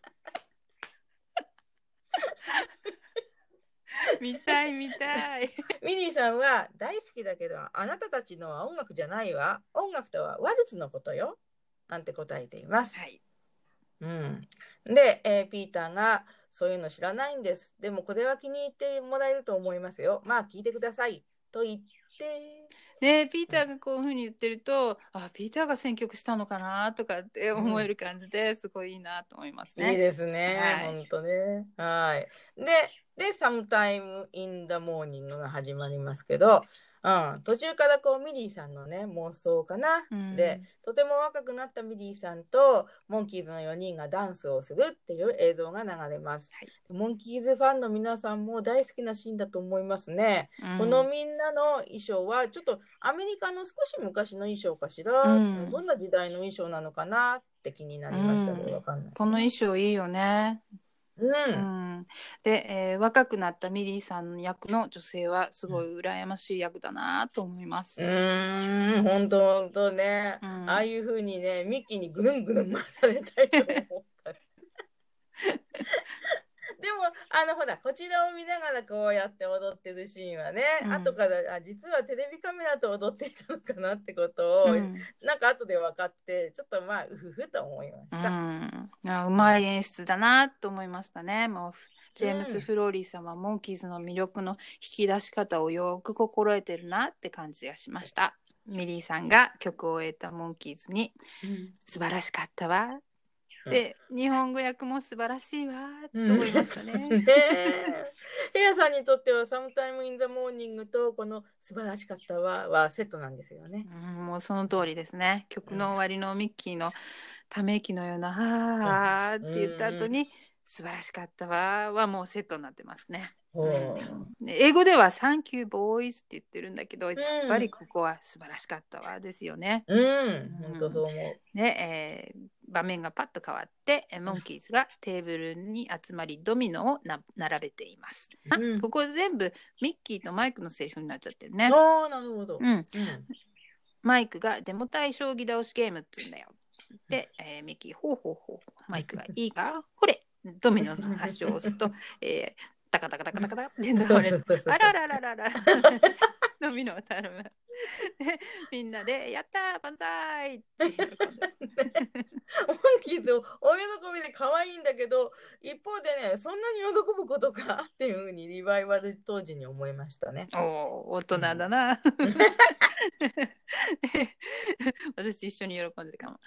見たい見たいミリーさんは大好きだけどあなたたちのは音楽じゃないわ、音楽とはワルツのことよなんて答えています、はいうん、で、えー、ピーターがそういうの知らないんです、でもこれは気に入ってもらえると思いますよ、まあ聞いてくださいと言ってね、ピーターがこういうふうに言ってると、うん、あピーターが選曲したのかなとかって思える感じですごいいいなと思いますね、 うん、いいですね、はい、ほんとね。はいでで、Sometime in the Morning が始まりますけど、うん、途中からこうミリーさんのね妄想かな、うん、でとても若くなったミリーさんとモンキーズのよにんがダンスをするっていう映像が流れます、はい、モンキーズファンの皆さんも大好きなシーンだと思いますね、うん、このみんなの衣装はちょっとアメリカの少し昔の衣装かしら、うん、どんな時代の衣装なのかなって気になりましたけど、うん、わかんない、ね、 この衣装いいよね。 うんうん、 で、えー、若くなったミリーさんの役の女性はすごい羨ましい役だなと思います。 うーん、本当本当ね、うん、ああいう風にねミッキーにぐるんぐるん回されたいと思ったでもあのほらこちらを見ながらこうやって踊ってるシーンはね、うん、後からあ実はテレビカメラと踊っていたのかなってことを、うん、なんか後で分かってちょっとまあうふふと思いました、 うん、あうまい演出だなと思いましたね。もうジェームス・フローリーさんはモンキーズの魅力の引き出し方をよく心得てるなって感じがしました。ミリーさんが曲を終えたモンキーズに、うん、素晴らしかったわで、日本語訳も素晴らしいわと思いましたね。うん、ねヘアさんにとってはサムタイムインザモーニングとこの素晴らしかったわはセットなんですよね。 うん、もうその通りですね。曲の終わりのミッキーのため息のような「はー」って言った後に、うん、素晴らしかったわはもうセットになってますね。 うん、 英語ではサンキューボーイズって言ってるんだけど、やっぱりここは素晴らしかったわですよね。 うん、うん、本当そう思う。 で、えー、場面がパッと変わってモンキーズがテーブルに集まりドミノをな並べています。あ、うん、ここ全部ミッキーとマイクのセリフになっちゃってるね。 ああ、なるほど。 うん。うん、マイクがデモ対将棋倒しゲームって言うんだよ。で、えー、ミッキー、ほうほうほう。マイクがいいかほれドミノの端を押すと、えー、タカタカタカタカタって倒れて、あらららららドミノを頼む。みんなで、やったー万歳って喜んで。 モンキーズお喜びで可愛いんだけど、一方でね、そんなに喜ぶことかっていうふうにリバイバル当時に思いましたね。 おお、大人だな。うん、私一緒に喜んでたかも。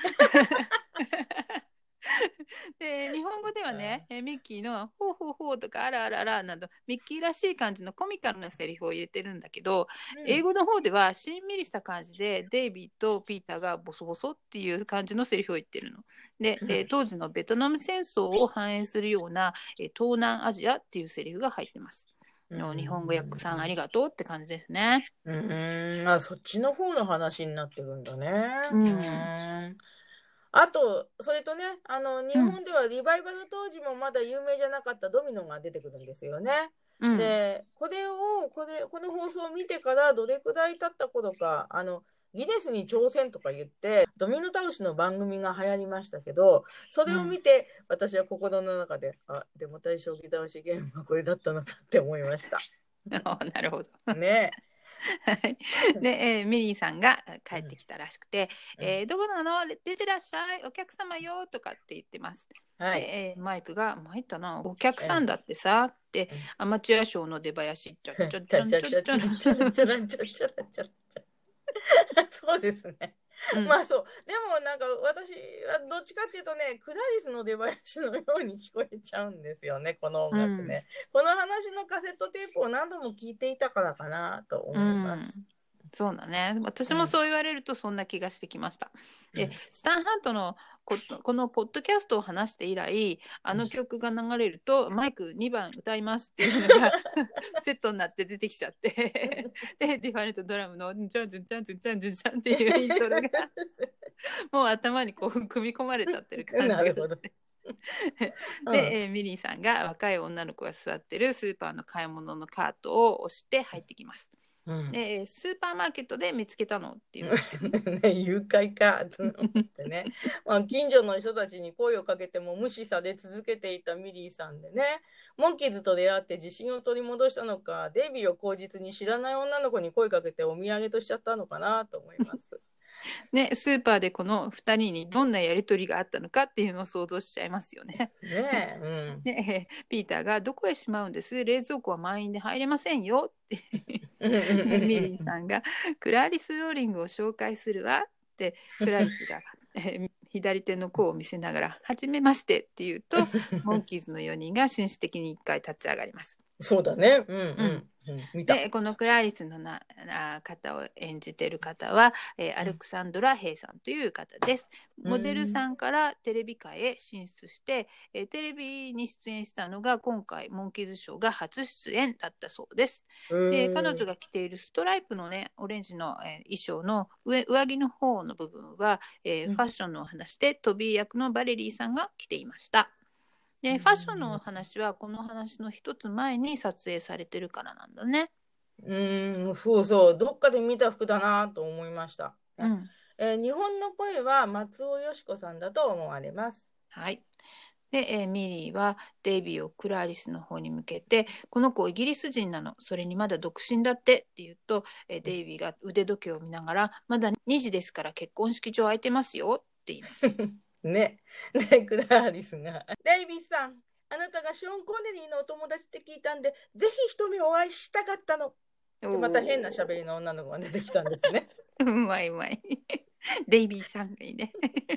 で日本語ではね、えミッキーの「ほうほうほう」とか「あらあらあら」などミッキーらしい感じのコミカルなセリフを入れてるんだけど、うん、英語の方ではしんみりした感じでデイビーとピーターがボソボソっていう感じのセリフを言ってるの。で、えー、当時のベトナム戦争を反映するような、えー、東南アジアっていうセリフが入ってます。の日本語訳さんありがとうって感じですね。 うーん、あ、そっちの方の話になってるんだね。 うん、 うんあと、それとね、あの、日本ではリバイバル当時もまだ有名じゃなかったドミノが出てくるんですよね。うん、で、これを、これ、この放送を見てからどれくらい経った頃か、あの、ギネスに挑戦とか言って、ドミノ倒しの番組が流行りましたけど、それを見て、うん、私は心の中で、あ、でも対将棋倒しゲームはこれだったのかって思いました。 なるほど。 ねで、えー、ミリーさんが帰ってきたらしくて、うんえー、どこなの出てらっしゃいお客様よとかって言ってます。はいえー、マイクが「参ったなお客さんだってさ」って、うん、アマチュアショーの出囃子ちょちょちょちょちょちょちょちょちょちょちょちょそうですね。うん、まあそう。でもなんか私はどっちかっていうとね、クラリスの出囃子のように聞こえちゃうんですよね、この音楽ね。うん、この話のカセットテープを何度も聞いていたからかなと思います。うん、 そうだね。私もそう言われるとそんな気がしてきました。うん、で、スタンハントのこ, このポッドキャストを話して以来、あの曲が流れると、うん、マイクにばん歌いますっていうのがセットになって出てきちゃってで、ディファレントドラムのジャンジャンジャンジャンジャンジャンっていうイントロがもう頭にこう組み込まれちゃってる感じがしてで、えー、ミリーさんが若い女の子が座ってるスーパーの買い物のカートを押して入ってきます。うん、でスーパーマーケットで見つけたのっていうね、誘拐かと思ってねまあ近所の人たちに声をかけても無視され続けていたミリーさんでね、モンキーズと出会って自信を取り戻したのか、デビューを口実に知らない女の子に声かけてお土産としちゃったのかなと思いますね、スーパーでこのふたりにどんなやり取りがあったのかっていうのを想像しちゃいますよね。 ねえ、うん、 でピーターがどこへしまうんです冷蔵庫は満員で入れませんよってミリーさんがクラリス・ローリングを紹介するわってクラリスが左手の甲を見せながらはじめましてって言うとモンキーズのよにんが紳士的にいっかい立ち上がります。 そうだね。うんうん。 うんでこのクラリスのなな方を演じている方は、えー、アレクサンドラ・ヘイさんという方です。モデルさんからテレビ界へ進出して、えー、テレビに出演したのが今回モンキーズショーが初出演だったそうです。で彼女が着ているストライプのねオレンジの、えー、衣装の 上, 上着の方の部分は、えー、ファッションのお話でトビー役のバレリーさんが着ていました。でファッションの話はこの話の一つ前に撮影されてるからなんだね。 うんそうそうどっかで見た服だなと思いました、 うんえー、日本の声は松尾よし子さんだと思われます。 はいで、えー、ミリーはデイビーをクラリスの方に向けてこの子イギリス人なのそれにまだ独身だってって言うと、えー、デイビーが腕時計を見ながらまだにじですから結婚式場空いてますよって言いますね。で、クラリスが、デイビーさん、あなたがショーン・コネリーのお友達って聞いたんで、ぜひ一目お会いしたかったの。でまた変な喋りの女の子が出てきたんですね。 うまいうまい。デイビーさんがいいね。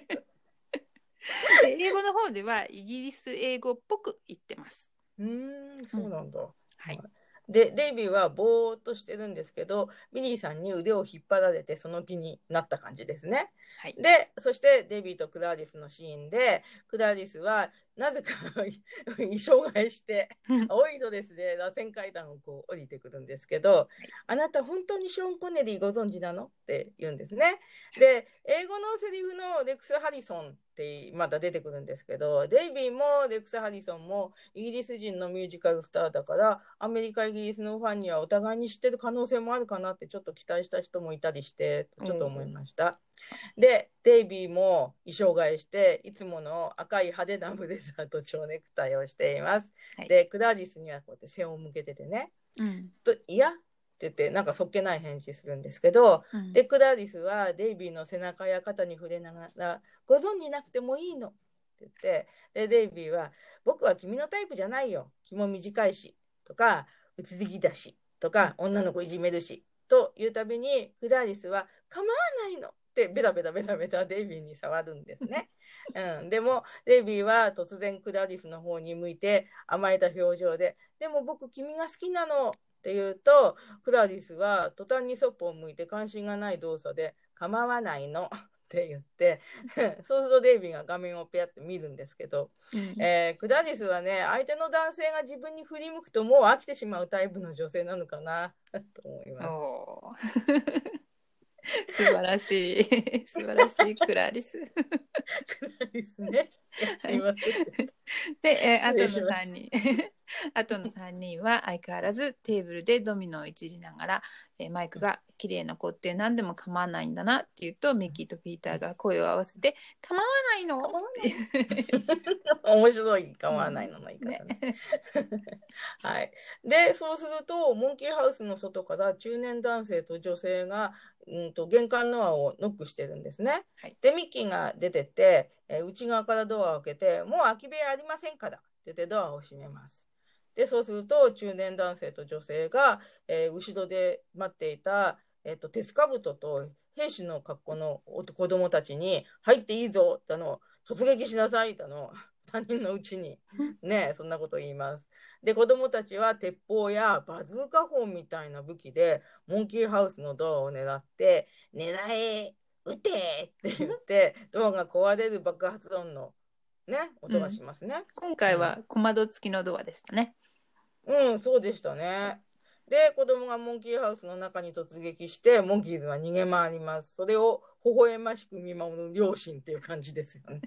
英語の方ではイギリス英語っぽく言ってます。 うーん、そうなんだ。うん、 はい。 で、デイビーはぼーっとしてるんですけど、ミリーさんに腕を引っ張られてその気になった感じですね。 はい、 で、そしてデイビーとクラリスのシーンで、クラリスはなぜか衣装替えして青いドレスで螺旋階段をこう降りてくるんですけど、はい、あなた本当にショーン・コネリーご存知なのって言うんですね。で、英語のセリフのレックス・ハリソンってまだ出てくるんですけど、デイビーもレックス・ハリソンもイギリス人のミュージカルスターだから、アメリカイギリスのファンにはお互いに知ってる可能性もあるかなってちょっと期待した人もいたりしてちょっと思いました。うん、でデイビーも衣装替えしていつもの赤い派手なブレザーと蝶ネクタイをしています。はい、でクラリスにはこうやって背を向けててね、うん、といやって言ってなんかそっけない返事するんですけど、うん、でクラリスはデイビーの背中や肩に触れながらご存じなくてもいいのって言って、でデイビーは僕は君のタイプじゃないよ、気も短いしとかうつづきだしとか女の子いじめるしというたびにクラリスは構わないのってベタベタベタベタデイビーに触るんですね。うん、でもデイビーは突然クラリスの方に向いて甘えた表情ででも僕君が好きなのって言うとクラリスは途端にそっぽを向いて関心がない動作で構わないのって言ってそうするとデイビーが画面をペアって見るんですけど、うんえー、クラリスはね相手の男性が自分に振り向くともう飽きてしまうタイプの女性なのかなと思います。お素晴らしい素晴らしいクラリスクラリスね。はい、 で、えー、あとのさんにんあとのさんにんは相変わらずテーブルでドミノをいじりながら、えー、マイクが綺麗な子って何でも構わないんだなって言うとミッキーとピーターが声を合わせて構わないの面白い構わないのの言い方ね。ねはい。でそうするとモンキーハウスの外から中年男性と女性が、うん、と玄関ドアをノックしてるんですね。はい、でミッキーが出てって、えー、内側からドアを開けてもう空き部屋ありませんからって言ってドアを閉めます。でそうすると中年男性と女性が、えー、後ろで待っていた、えー、と鉄兜と兵士の格好の子供たちに入っていいぞだの突撃しなさいだの他人のうちにねそんなこと言います。で子供たちは鉄砲やバズーカ砲みたいな武器でモンキーハウスのドアを狙って狙え撃てって言ってドアが壊れる爆発音のね音がしますね。うん、 今回は小窓付きのドアでしたね。 うん、そうでしたね。で子供がモンキーハウスの中に突撃してモンキーズは逃げ回ります。それを微笑ましく見守る両親っていう感じですよね。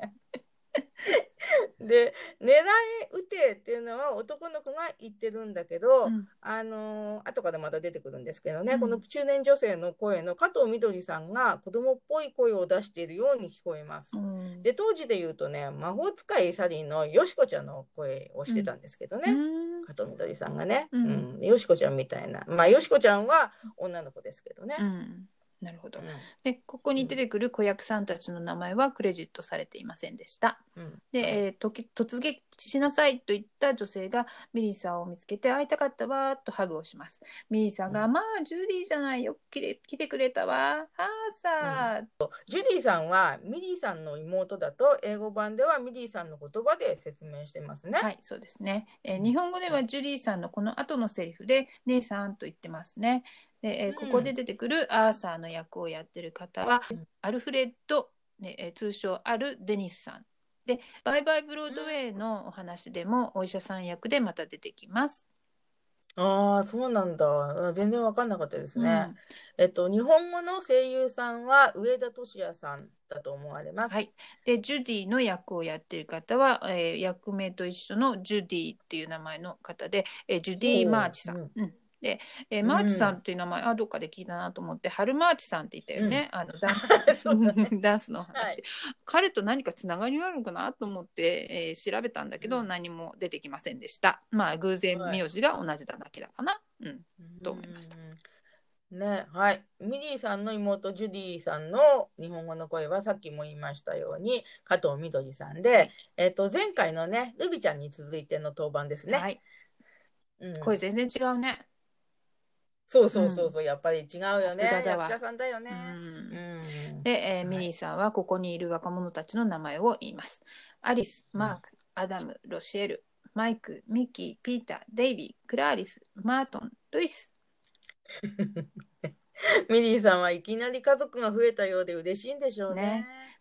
で狙え撃てっていうのは男の子が言ってるんだけど、うん、あの後からまた出てくるんですけどね、うん、この中年女性の声の加藤みどりさんが子供っぽい声を出しているように聞こえます。うん、で当時で言うとね魔法使いサリーのよしこちゃんの声をしてたんですけどね、うん、加藤みどりさんがね、うんうん、よしこちゃんみたいなまあよしこちゃんは女の子ですけどね。 うんなるほど、うん、でここに出てくる子役さんたちの名前はクレジットされていませんでした、うん、で、えー、と突撃しなさいと言った女性がミリーさんを見つけて会いたかったわとハグをします。ミリーさんが、うん、まあジュディじゃないよ来れ来てくれたわあさ、 うん、ジュディさんはミリーさんの妹だと英語版ではミリーさんの言葉で説明してますね。 はいそうですね、えー、日本語ではジュディさんのこの後のセリフで姉さんと言ってますね。で、えー、ここで出てくるアーサーの役をやってる方は、うん、アルフレッド、ねえー、通称アル・デニスさんでバイバイブロードウェイのお話でもお医者さん役でまた出てきます。 ああそうなんだ。全然分かんなかったですね、うんえっと、日本語の声優さんは上田俊也さんだと思われます。 はい、でジュディの役をやっている方は、えー、役名と一緒のジュディっていう名前の方で、えー、ジュディ・マーチさん、うんうんで、えー、マーチさんっていう名前、うん、あどっかで聞いたなと思って春マーチさんって言ったよね、うん、あのダンスダンスの話、はい、彼と何かつながりがあるのかなと思って、えー、調べたんだけど、うん、何も出てきませんでした。まあ偶然名字が同じだだけだかな、はいうん、と思いました。 ねはい、ミリーさんの妹ジュディさんの日本語の声はさっきも言いましたように加藤みどりさんで、はいえー、と前回のねルビちゃんに続いての登板ですね、はいうん、声全然違うね。 そうそうそうそう、うん、やっぱり違うよね。役者さんだよね。うんうん、で、えーはい、ミリーさんはここにいる若者たちの名前を言います。アリス、マーク、アダム、ロシェル、マイク、ミッキー、ピーター、デイビー、クラーリス、マートン、ルイス。 ミリーさんはいきなり家族が増えたようで嬉しいんでしょうね。ね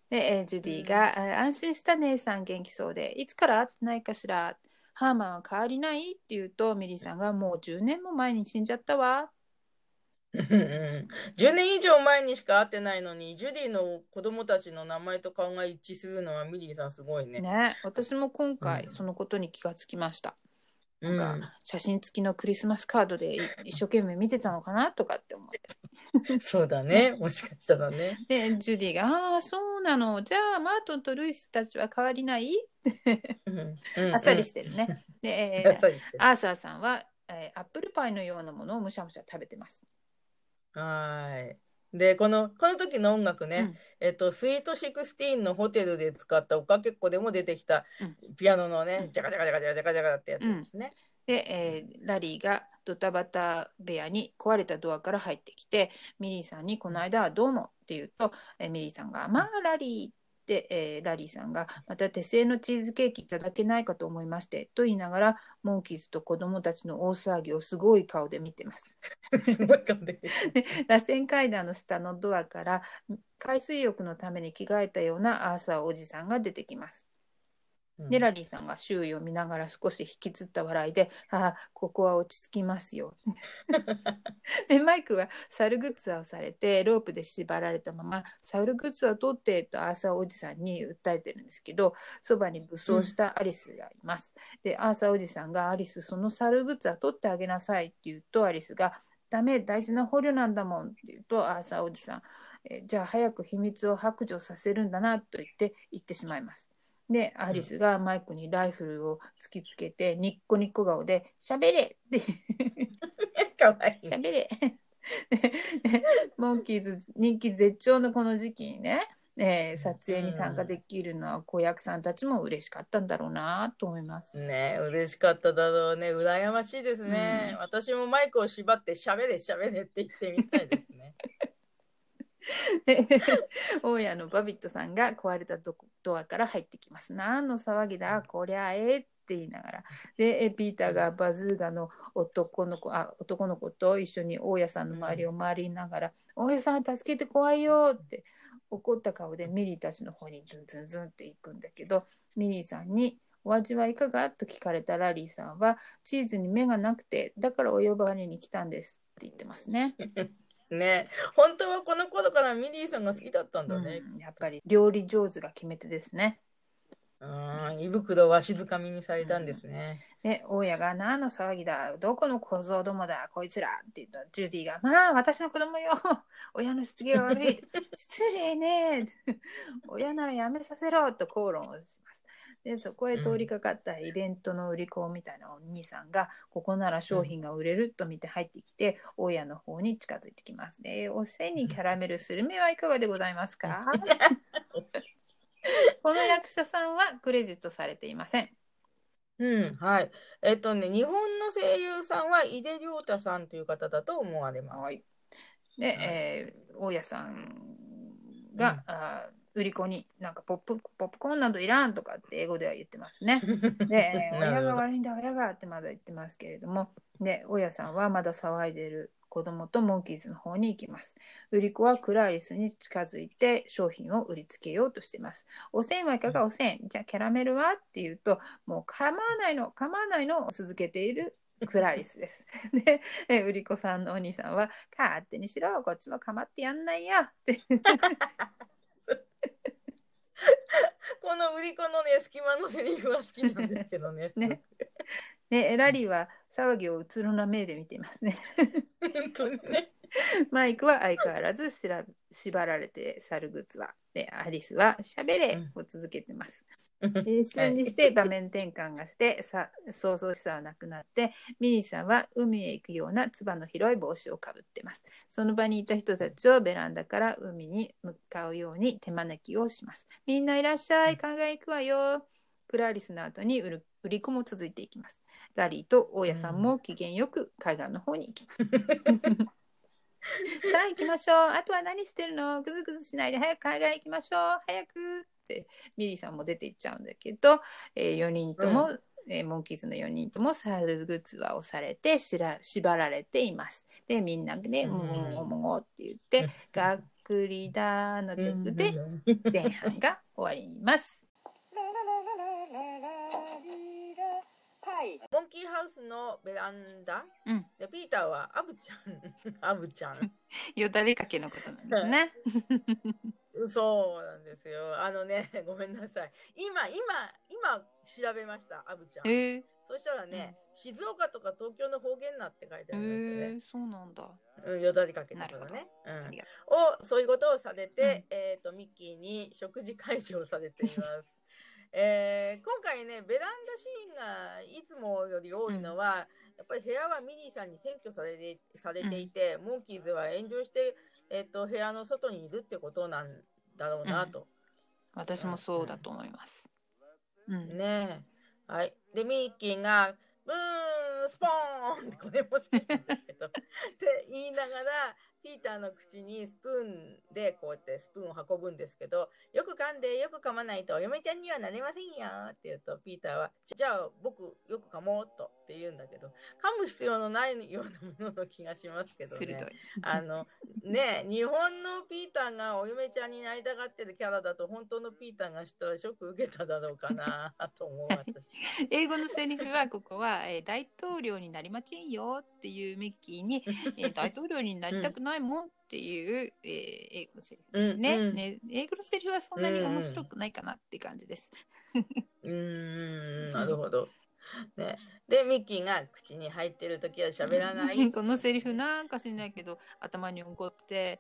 で、えージュディが、うん、安心した姉さん元気そうで、いつから会ってないかしら。ハーマンは変わりないって言うと、ミリーさんがもうじゅうねんも前に死んじゃったわ。 じゅうねん以上前にしか会ってないのに、ジュディの子供たちの名前と顔が一致するのはミリーさんすごいね。 ね、私も今回そのことに気がつきました。 うん、 なんか写真付きのクリスマスカードで一生懸命見てたのかなとかって思って。 そうだね。もしかしたらね。 で、ジュディが、ああ、そうなの。じゃあ、マートンとルイスたちは変わりないあっさりしてるね。で、えー、アーサーさんは、えー、アップルパイのようなものをむしゃむしゃ食べてます。 はい。で、この、この時の音楽ね、うん、えっと、スイートシクスティーンのホテルで使ったおかけっこでも出てきた、ピアノのね、うん、ジャカジャカジャカジャカジャカジャカってやつですね。 うん、で、えー、ラリーがドタバタ部屋に壊れたドアから入ってきて、ミリーさんにこの間はどうもって言うと、えー、ミリーさんが、まあ、ラリー、で、えー、ラリーさんがまた手製のチーズケーキいただけないかと思いましてと言いながらモンキーズと子供たちの大騒ぎをすごい顔で見てますすごい顔で螺旋階段の下のドアから海水浴のために着替えたようなアーサーおじさんが出てきます。でラリーさんが周囲を見ながら少し引きつった笑いで、ああここは落ち着きますよでマイクはサルグッズをされてロープで縛られたままサルグッズを取ってとアーサーおじさんに訴えてるんですけど、そばに武装したアリスがいます、うん、でアーサーおじさんがアリスそのサルグッズは取ってあげなさいって言うとアリスがダメ大事な捕虜なんだもんって言うとアーサーおじさん、えじゃあ早く秘密を白状させるんだなと言って言ってしまいます。でアリスがマイクにライフルを突きつけてニッコニッコ顔でしゃべれってかわいいしゃべれモンキーズ人気絶頂のこの時期にね、えー、撮影に参加できるのは子役さんたちも嬉しかったんだろうなと思いますね。嬉しかっただろうね。羨ましいですね、うん、私もマイクを縛ってしゃべれしゃべれって言ってみたいですね大家のバビットさんが壊れたドアから入ってきます。何の騒ぎだこりゃえって言いながら、でピーターがバズーガの男の子あ男の子と一緒に大家さんの周りを回りながら、うん、大家さん助けて怖いよって怒った顔でミリーたちの方にズンズンズンって行くんだけど、ミリーさんにお味はいかがと聞かれたラリーさんはチーズに目がなくてだからお呼ばれに来たんですって言ってますねね、本当はこの頃からミリーさんが好きだったんだね、 うん、やっぱり料理上手が決め手ですね。 うん、胃袋をわしづかみにされたんですね、 うん、で大家が何の騒ぎだどこの小僧どもだこいつらって言ったジュディがまあ私の子供よ親のしつけが悪い失礼ね親ならやめさせろと口論をします。でそこへ通りかかったイベントの売り子みたいなお兄さんが、うん、ここなら商品が売れると見て入ってきて、うん、大家の方に近づいてきます。でお背にキャラメルスルメはいかがでございますかこの役者さんはクレジットされていません。 うん、はい。えっとね、日本の声優さんは井出亮太さんという方だと思われます。はい、 で、はい、えー、大家さんが、うん、あ売り子になんかポップポップコーンなどいらんとかって英語では言ってますね。で、親が悪いんだ親がってまだ言ってますけれども、で大家さんはまだ騒いでる子供とモンキーズの方に行きます。売り子はクラリスに近づいて商品を売りつけようとしています。おせんはいかがおせん、じゃあキャラメルはって言うと、もう構わないの構わないのを続けているクラリスです。で、売り子さんのお兄さんは勝手にしろこっちも構ってやんないよってこの売り子のね隙間のセリフは好きなんですけどね。 ねでラリーは騒ぎをうつろな目で見ていますね。 本当にね。 マイクは相変わらずしら縛られてサルグッズはでアリスはしゃべれを続けてます。一瞬にして場面転換がしてさ想像しさはなくなってミリーさんは海へ行くようなつばの広い帽子をかぶってます。その場にいた人たちをベランダから海に向かうように手招きをします。みんないらっしゃい考え行くわよ。クラリスの後に売り子も続いていきます。ラリーと大家さんも機嫌よく海岸の方に行きます。さあ行きましょう。あとは何してるの？ぐずぐずしないで早く海岸行きましょう。早くってミリーさんも出て行っちゃうんだけど、えー、よにんとも、うんえー、モンキーズのよにんともサルグッズは押されてしら縛られています。でみんなでもごもごもごって言って、うん、学くりだの曲で前半が終わります。 モンキーハウスのベランダ、 うん、 でピーターはアブちゃんアブちゃんよだれかけのことなんですね。 そうなんですよ。あのね、ごめんなさい。今、今、今調べました、アブちゃん。 へー、 そしたらね、うん、静岡とか東京の方言なって書いてありましたね。 へー、そうなんだ。 うん、よだれかけとかね。うん。を、そういうことをされて、うん、えっと、ミッキーに食事会場されています。えー、今回ね、ベランダシーンがいつもより多いのは、うん、やっぱり部屋はミリーさんに占拠されて、されていて、うん、モンキーズは炎上して、えっと、部屋の外にいるってことなんだろうなと。うん、 私もそうだと思います。 うん、ねえ。はい。で、ミッキーが、ブーンスポーンってこれもつけるんですけどって言いながらピーターの口にスプーンでこうやってスプーンを運ぶんですけど、よく噛んでよく噛まないとお嫁ちゃんにはなれませんよって言うと、ピーターはじゃあ僕よく噛もうとって言うんだけど、噛む必要のないようなものの気がしますけどね。あのね日本のピーターがお嫁ちゃんになりたがってるキャラだと本当のピーターが知ったらショック受けただろうかなと思う私。 英語のセリフはここは、えー、大統領になりませんよっていうミッキーに、えー、大統領になりたくないもんっていう、えー、英語のセリフですね。うんうん、ね英語のセリフはそんなに面白くないかなって感じです。 うーん、なるほど。ね、でミッキーが口に入ってる時は喋らない、うん、 このセリフなんか知んないけど頭に残って、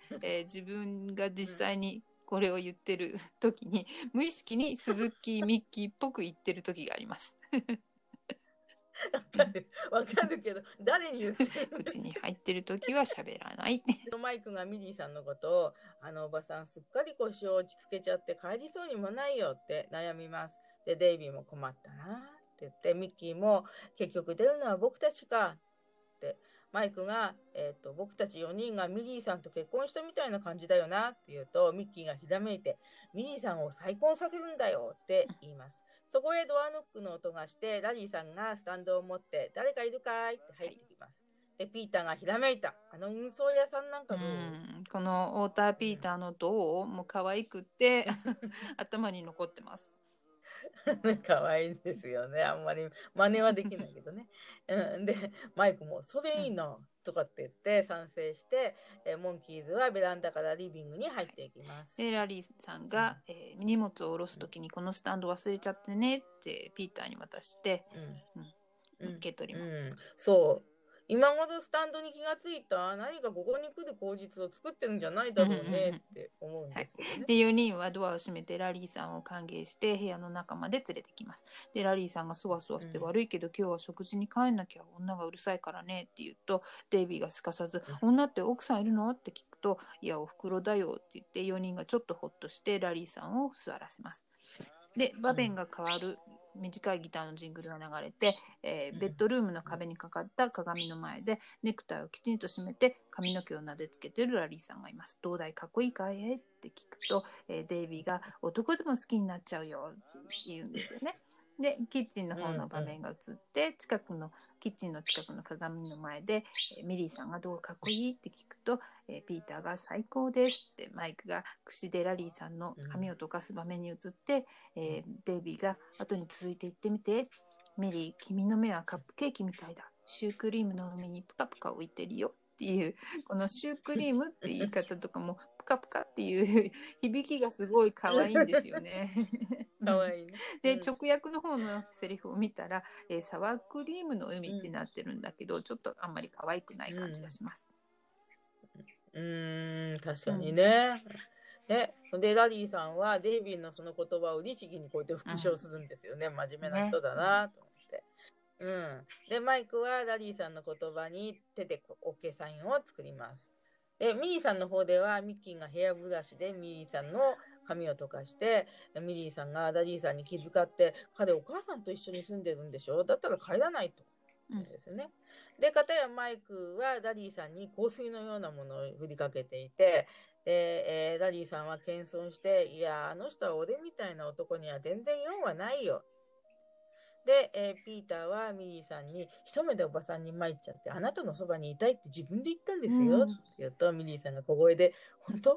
えー、自分が実際にこれを言ってる時に無意識に鈴木ミッキーっぽく言ってる時があります。 わかる、わかるけど誰に言ってる口に入ってる時は喋らない。 マイクがミリーさんのことを、あのおばさんすっかり腰を落ち着けちゃって帰りそうにもないよって悩みます。でデイビーも困ったなって言って、ミッキーも結局出るのは僕たちかってマイクが、えーと、僕たちよにんがミリーさんと結婚したみたいな感じだよなって言うと、ミッキーがひらめいてミリーさんを再婚させるんだよって言います。そこへドアノックの音がして、ラリーさんがスタンドを持って誰かいるかいって入ってきます。でピーターがひらめいた、あの運送屋さんなんかどう？うん、 このウォーターピーターのどうも可愛くって頭に残ってます。 可愛いですよね。あんまり真似はできないけどね。うん、でマイクもそれいいなとかって言って賛成して、えモンキーズはベランダからリビングに入っていきます。 でラリーさんが、うん、えー、荷物を下ろす時にこのスタンド忘れちゃってねってピーターに渡して、うんうん、受け取ります。うんうん、 そう今までスタンドに気がついた何かここに来る口実を作ってるんじゃないだろうねって思うんですけどね。はい、 でよにんはドアを閉めてラリーさんを歓迎して部屋の中まで連れてきます。でラリーさんがそわそわして、うん、悪いけど今日は食事に帰んなきゃ女がうるさいからねって言うと、デイビーがすかさず、うん、女って奥さんいるのって聞くと、いやお袋だよって言ってよにんがちょっとほっとしてラリーさんを座らせます。で場面が変わる、うん、短いギターのジングルが流れて、えー、ベッドルームの壁にかかった鏡の前でネクタイをきちんと締めて髪の毛を撫でつけてるラリーさんがいます。どうだいかっこいいかいって聞くと、えー、デイビーが男でも好きになっちゃうよって言うんですよね。でキッチンの方の場面が映って、近くのキッチンの近くの鏡の前で、えー、ミリーさんがどうかっこいいって聞くと、えー、ピーターが最高ですってマイクが櫛でラリーさんの髪を溶かす場面に移って、えー、デイビーが後に続いて言ってみて、ミリー君の目はカップケーキみたいだ、シュークリームの上にプカプカ浮いてるよっていう、このシュークリームって言い方とかもプカプカっていう響きがすごい可愛いんですよね。 可愛いね。 で、うん、直訳の方のセリフを見たら、えー、サワークリームの海ってなってるんだけど、うん、ちょっとあんまり可愛くない感じがします。 うーん、確かにね。うん、ね、でラリーさんはデイビーのその言葉を律儀にこうやって復唱するんですよね。うん、真面目な人だなと思って。ね、うん。でマイクはラリーさんの言葉に手で OK サインを作ります。でミリーさんの方ではミッキーがヘアブラシでミリーさんの髪を溶かして、ミリーさんがラリーさんに気遣って、彼お母さんと一緒に住んでるんでしょ、だったら帰らないと。うんですよね。で片やマイクはラリーさんに香水のようなものを振りかけていて、で、えー、ラリーさんは謙遜して、いやあの人は俺みたいな男には全然用はないよ。で、えー、ピーターはミリーさんに一目でおばさんに参っちゃって、あなたのそばにいたいって自分で言ったんですよ、うん、って言うとミリーさんが小声で、本当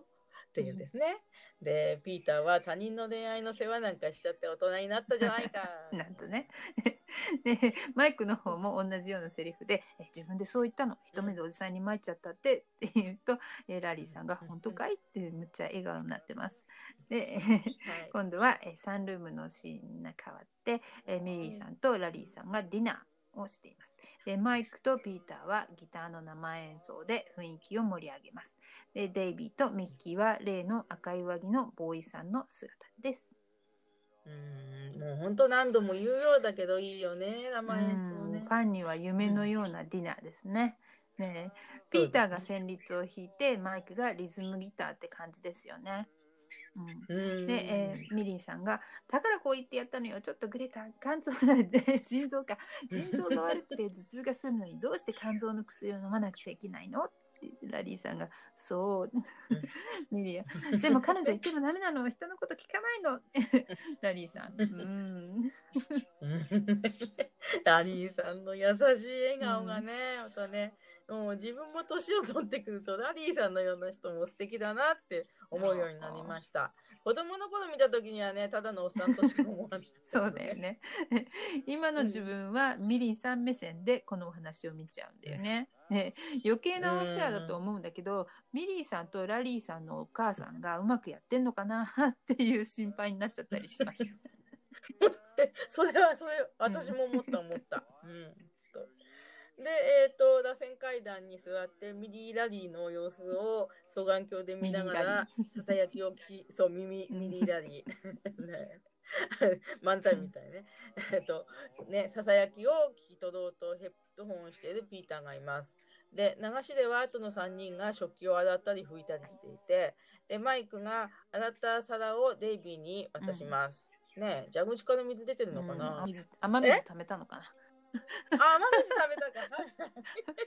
っていうんですね。で、ピーターは他人の恋愛の世話なんかしちゃって大人になったじゃないか。 なんとね。で、マイクの方も同じようなセリフで、え自分でそう言ったの、一目でおじさんに参っちゃったってって言うと、えラリーさんが本当かいってむっちゃ笑顔になってます。で、はい、今度はえサンルームのシーンが変わって、えミリーさんとラリーさんがディナーをしています。で、マイクとピーターはギターの生演奏で雰囲気を盛り上げます。で、デイビーとミッキーは例の赤い上着のボーイさんの姿です。 うーん、もう本当何度も言うようだけどいいよね、生演奏ね。 ファンには夢のようなディナーですね。うん、ねピーターが旋律を弾いて、マイクがリズムギターって感じですよね。うん、で、えー、ミリーさんがだからこう言ってやったのよ、ちょっとグレた、肝臓腎臓か腎臓が悪くて頭痛がするのにどうして肝臓の薬を飲まなくちゃいけないのってラリーさんがそうミリーでも彼女言ってもダメなの、人のこと聞かないのラリーさんうんラリーさんの優しい笑顔がね、またね、もう自分も年を取ってくるとラリーさんのような人も素敵だなって思うようになりました。子供の頃見た時にはね、ただのおっさんとしか思わない、ね、 そうだよね。今の自分はミリーさん目線でこのお話を見ちゃうんだよね。ね、余計なお世話だと思うんだけど、ミリーさんとラリーさんのお母さんがうまくやってんのかなっていう心配になっちゃったりします。 それはそれ私も思った思った。うん、とで、えっ、ー、と螺旋階段に座ってミリー・ラリーの様子を双眼鏡で見ながらささやきを聞きそうミミリー・ラリー、ね、漫才みたいね。えっとねささやきを聞き取ろうとヘッドホンをしているピーターがいます。で流しでは後のさんにんが食器を洗ったり拭いたりしていて、でマイクが洗った皿をデイビーに渡します。うん、ねえ蛇口から水出てるのかな、 うん、水雨水溜めたのかなあ、雨水溜めたか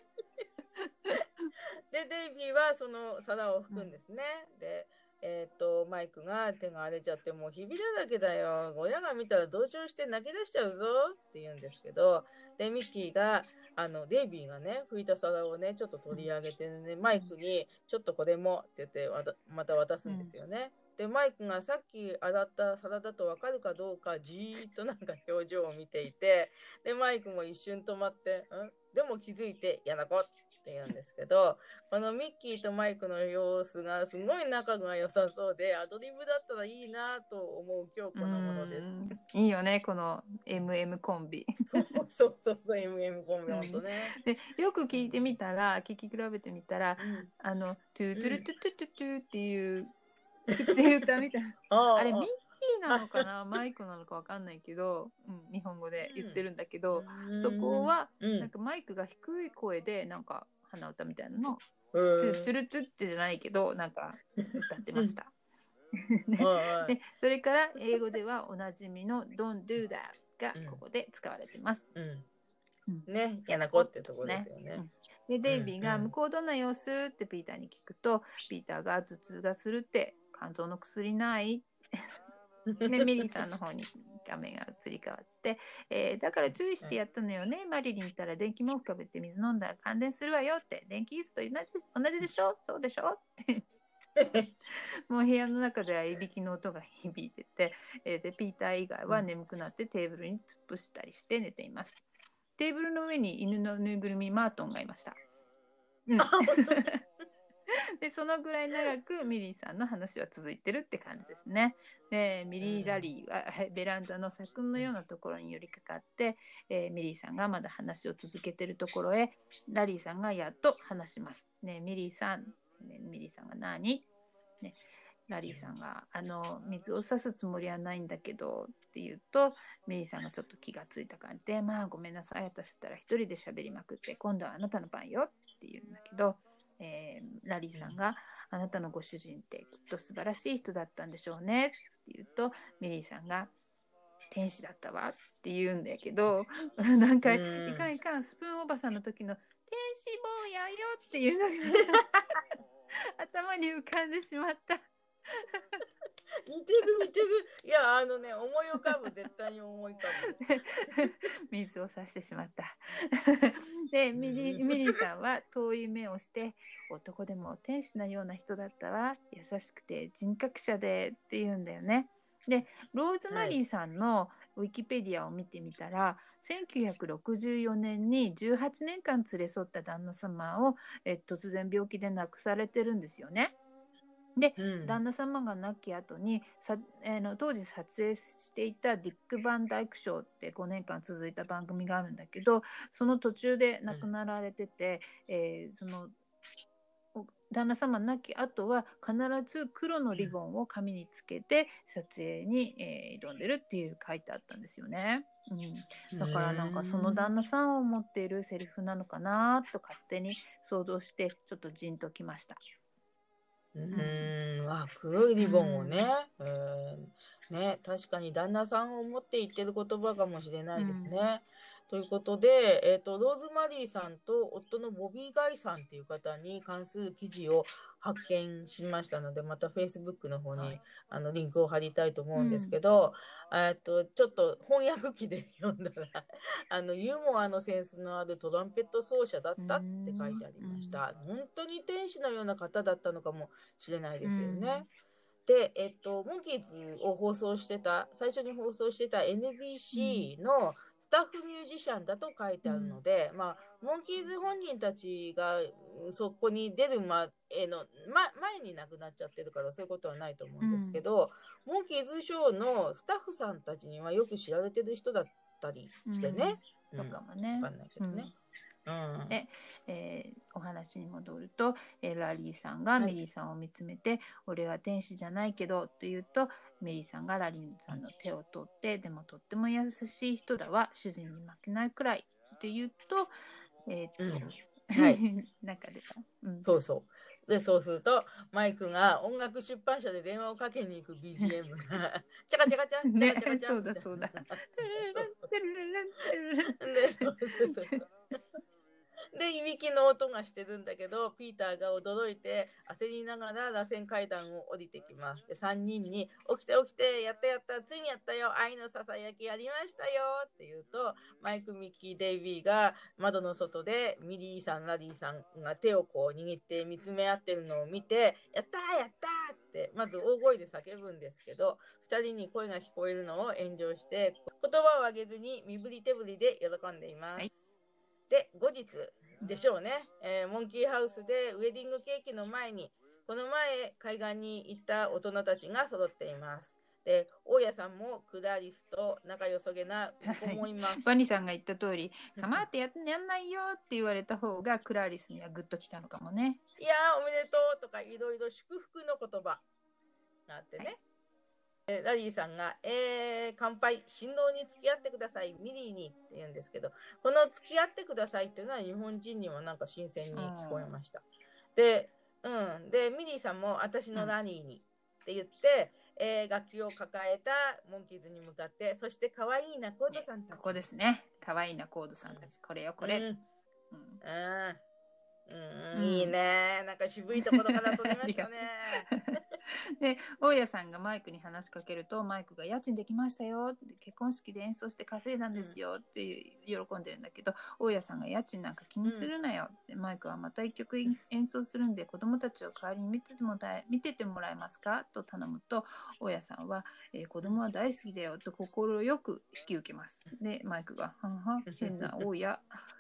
でデイビーはその皿を拭くんですね。うん、でえっ、ー、とマイクが手が荒れちゃってもうひびだらけだよ、親が見たら同調して泣き出しちゃうぞって言うんですけど、でミッキーがあのデイビーがね拭いた皿をねちょっと取り上げてね、マイクにちょっとこれもって言ってわたまた渡すんですよね。うん、でマイクがさっき洗った皿だと分かるかどうかじーっとなんか表情を見ていて、でマイクも一瞬止まってんでも気づいて嫌な子って言うんですけど、このミッキーとマイクの様子がすごい仲が良さそうでアドリブだったらいいなと思う今日このものです。 いいよねこの エムエム コンビ。 そうそうそうそう エムエム コンビ、うん、本当ね。 でよく聞いてみたら、聞き比べてみたら、うん、あのトゥトゥルトゥトゥトゥトゥっていう口歌みたいなあれミッキーなのかなマイクなのかわかんないけど、うん、日本語で言ってるんだけど、うん、そこは、うん、なんかマイクが低い声でなんか鼻歌みたいなの、うん、トゥトゥルトゥってじゃないけどなんか歌ってました。ね、でそれから英語ではおなじみの Don't do that がここで使われてます。 うんうん、ね、嫌な子ってとこですよね。ね、 うん、でデイビーが向こうどんな様子ってピーターに聞くと、ピーターが頭痛がするって肝臓の薬ないでミリーさんの方に画面が移り変わって、えー、だから注意してやったのよね、うん、マリリンったら電気毛布かぶって水飲んだら感電するわよって、電気椅子と同じ同じでしょ、そうでしょってもう部屋の中ではいびきの音が響いてて、えー、でピーター以外は眠くなってテーブルに突っ伏したりして寝ています。テーブルの上に犬のぬいぐるみマートンがいました。うん、でそのぐらい長くミリーさんの話は続いてるって感じですね。でミリー・ラリーはベランダの柵のようなところに寄りかかって、えー、ミリーさんがまだ話を続けてるところへラリーさんがやっと話します。ね、ミリーさん、ね、ミリーさんが何、ね、ラリーさんがあの水を差すつもりはないんだけどって言うと、ミリーさんがちょっと気がついた感じで、まあごめんなさい、私ったら一人で喋りまくって今度はあなたの番よって言うんだけど、えー、ラリーさんがあなたのご主人ってきっと素晴らしい人だったんでしょうねって言うと、ミリーさんが天使だったわって言うんだけど、なんかいかんいかんスプーンおばさんの時の天使坊やよっていうのが頭に浮かんでしまった似てる似てる。いや、あのね、思い浮かぶ、絶対に思い浮かぶ。 水を差してしまった。で、ミリ、ミリさんは遠い目をして、男でも天使のような人だったわ。優しくて人格者でって言うんだよね。で、ローズマリーさんのウィキペディアを見てみたら、はい、せんきゅうひゃくろくじゅうよねんにじゅうはちねんかん連れ添った旦那様を、え突然病気で亡くされてるんですよね。で、うん、旦那様が亡き後にさ、えー、の当時撮影していたディック・バン・ダイクショーってごねんかん続いた番組があるんだけど、その途中で亡くなられてて、うん、えー、その旦那様亡き後は必ず黒のリボンを髪につけて撮影に、えー、挑んでるっていう書いてあったんですよね。うん、だからなんかその旦那さんを持っているセリフなのかなと勝手に想像してちょっとジンときました。 うーん、あ、黒いリボンをね、うん、えー、ね、確かに旦那さんを持って言ってる言葉かもしれないですね。うん、ということで、えっと、ローズマリーさんと夫のボビー・ガイさんっていう方に関する記事を発見しましたので、また Facebook の方に、はい、あのリンクを貼りたいと思うんですけど、うん、えっと、ちょっと翻訳機で読んだら、あの、ユーモアのセンスのあるトランペット奏者だったって書いてありました。うん、本当に天使のような方だったのかもしれないですよね。うん、で、えっと、モンキーズを放送してた、最初に放送してた エヌビーシー のスタッフミュージシャンだと書いてあるので、うん、まあ、モンキーズ本人たちがそこに出る前の、ま、前に亡くなっちゃってるからそういうことはないと思うんですけど、うん、モンキーズショーのスタッフさんたちにはよく知られてる人だったりしてね。 うん、そうかもね。 わかんないけどね。うんうん、 で、えー、お話に戻ると、えー、ラリーさんがメリーさんを見つめて、はい、俺は天使じゃないけどと言うと、メリーさんがラリーさんの手を取って、でもとっても優しい人だわ、主人に負けないくらいって言うと、えー、っと、うん、はい、なんか出た、 うん、そうそう。で、そうすると、マイクが音楽出版社で電話をかけに行く ビージーエム が、チャカチャカチャ、チャカチャカチャ、 そうだそうだ。 で、そうそうそう。で、いびきの音がしてるんだけど、ピーターが驚いて、焦りながら螺旋階段を降りてきます。で、さんにんに、起きて起きて、やったやった、ついにやったよ、愛のささやきやりましたよって言うと、マイク、ミッキー、デイビーが窓の外で、ミリーさん、ラリーさんが手をこう握って見つめ合ってるのを見て、やったーやったーって、まず大声で叫ぶんですけど、二人に声が聞こえるのを炎上して、言葉を上げずに身振り手振りで喜んでいます。はい、で、後日でしょうね、えー、モンキーハウスでウェディングケーキの前に、この前海岸に行った大人たちが揃っています。で、大家さんもクラリスと仲良さげな子もいます。 バニーさんが言った通り、構ってややんないよって言われた方がクラリスにはグッときたのかもね。 いやー、おめでとうとかいろいろ祝福の言葉があってね。はい、ラリーさんが、えー、乾杯、新郎に付き合ってください、ミリーにって言うんですけど、この付き合ってくださいっていうのは日本人にはなんか新鮮に聞こえました。で、うん。で、ミリーさんも私のラニーにって言って、うん、えー、楽器を抱えたモンキーズに向かって、そして可愛いナコードさんたち。 ここですね。可愛いナコードさんたち。これよ、これ。うん。うんうんうん、いいね。なんか渋いところから撮りましたね。 で、大家さんがマイクに話しかけると、マイクが家賃できましたよ。結婚式で演奏して稼いだんですよって喜んでるんだけど、大家さんが家賃なんか気にするなよって、うん、マイクはまた一曲演奏するんで、子供たちを代わりに見ててもらえ、見ててもらえますかと頼むと、大家さんは、えー、子供は大好きだよと心よく引き受けます。で、マイクが、はんはん、変な大家。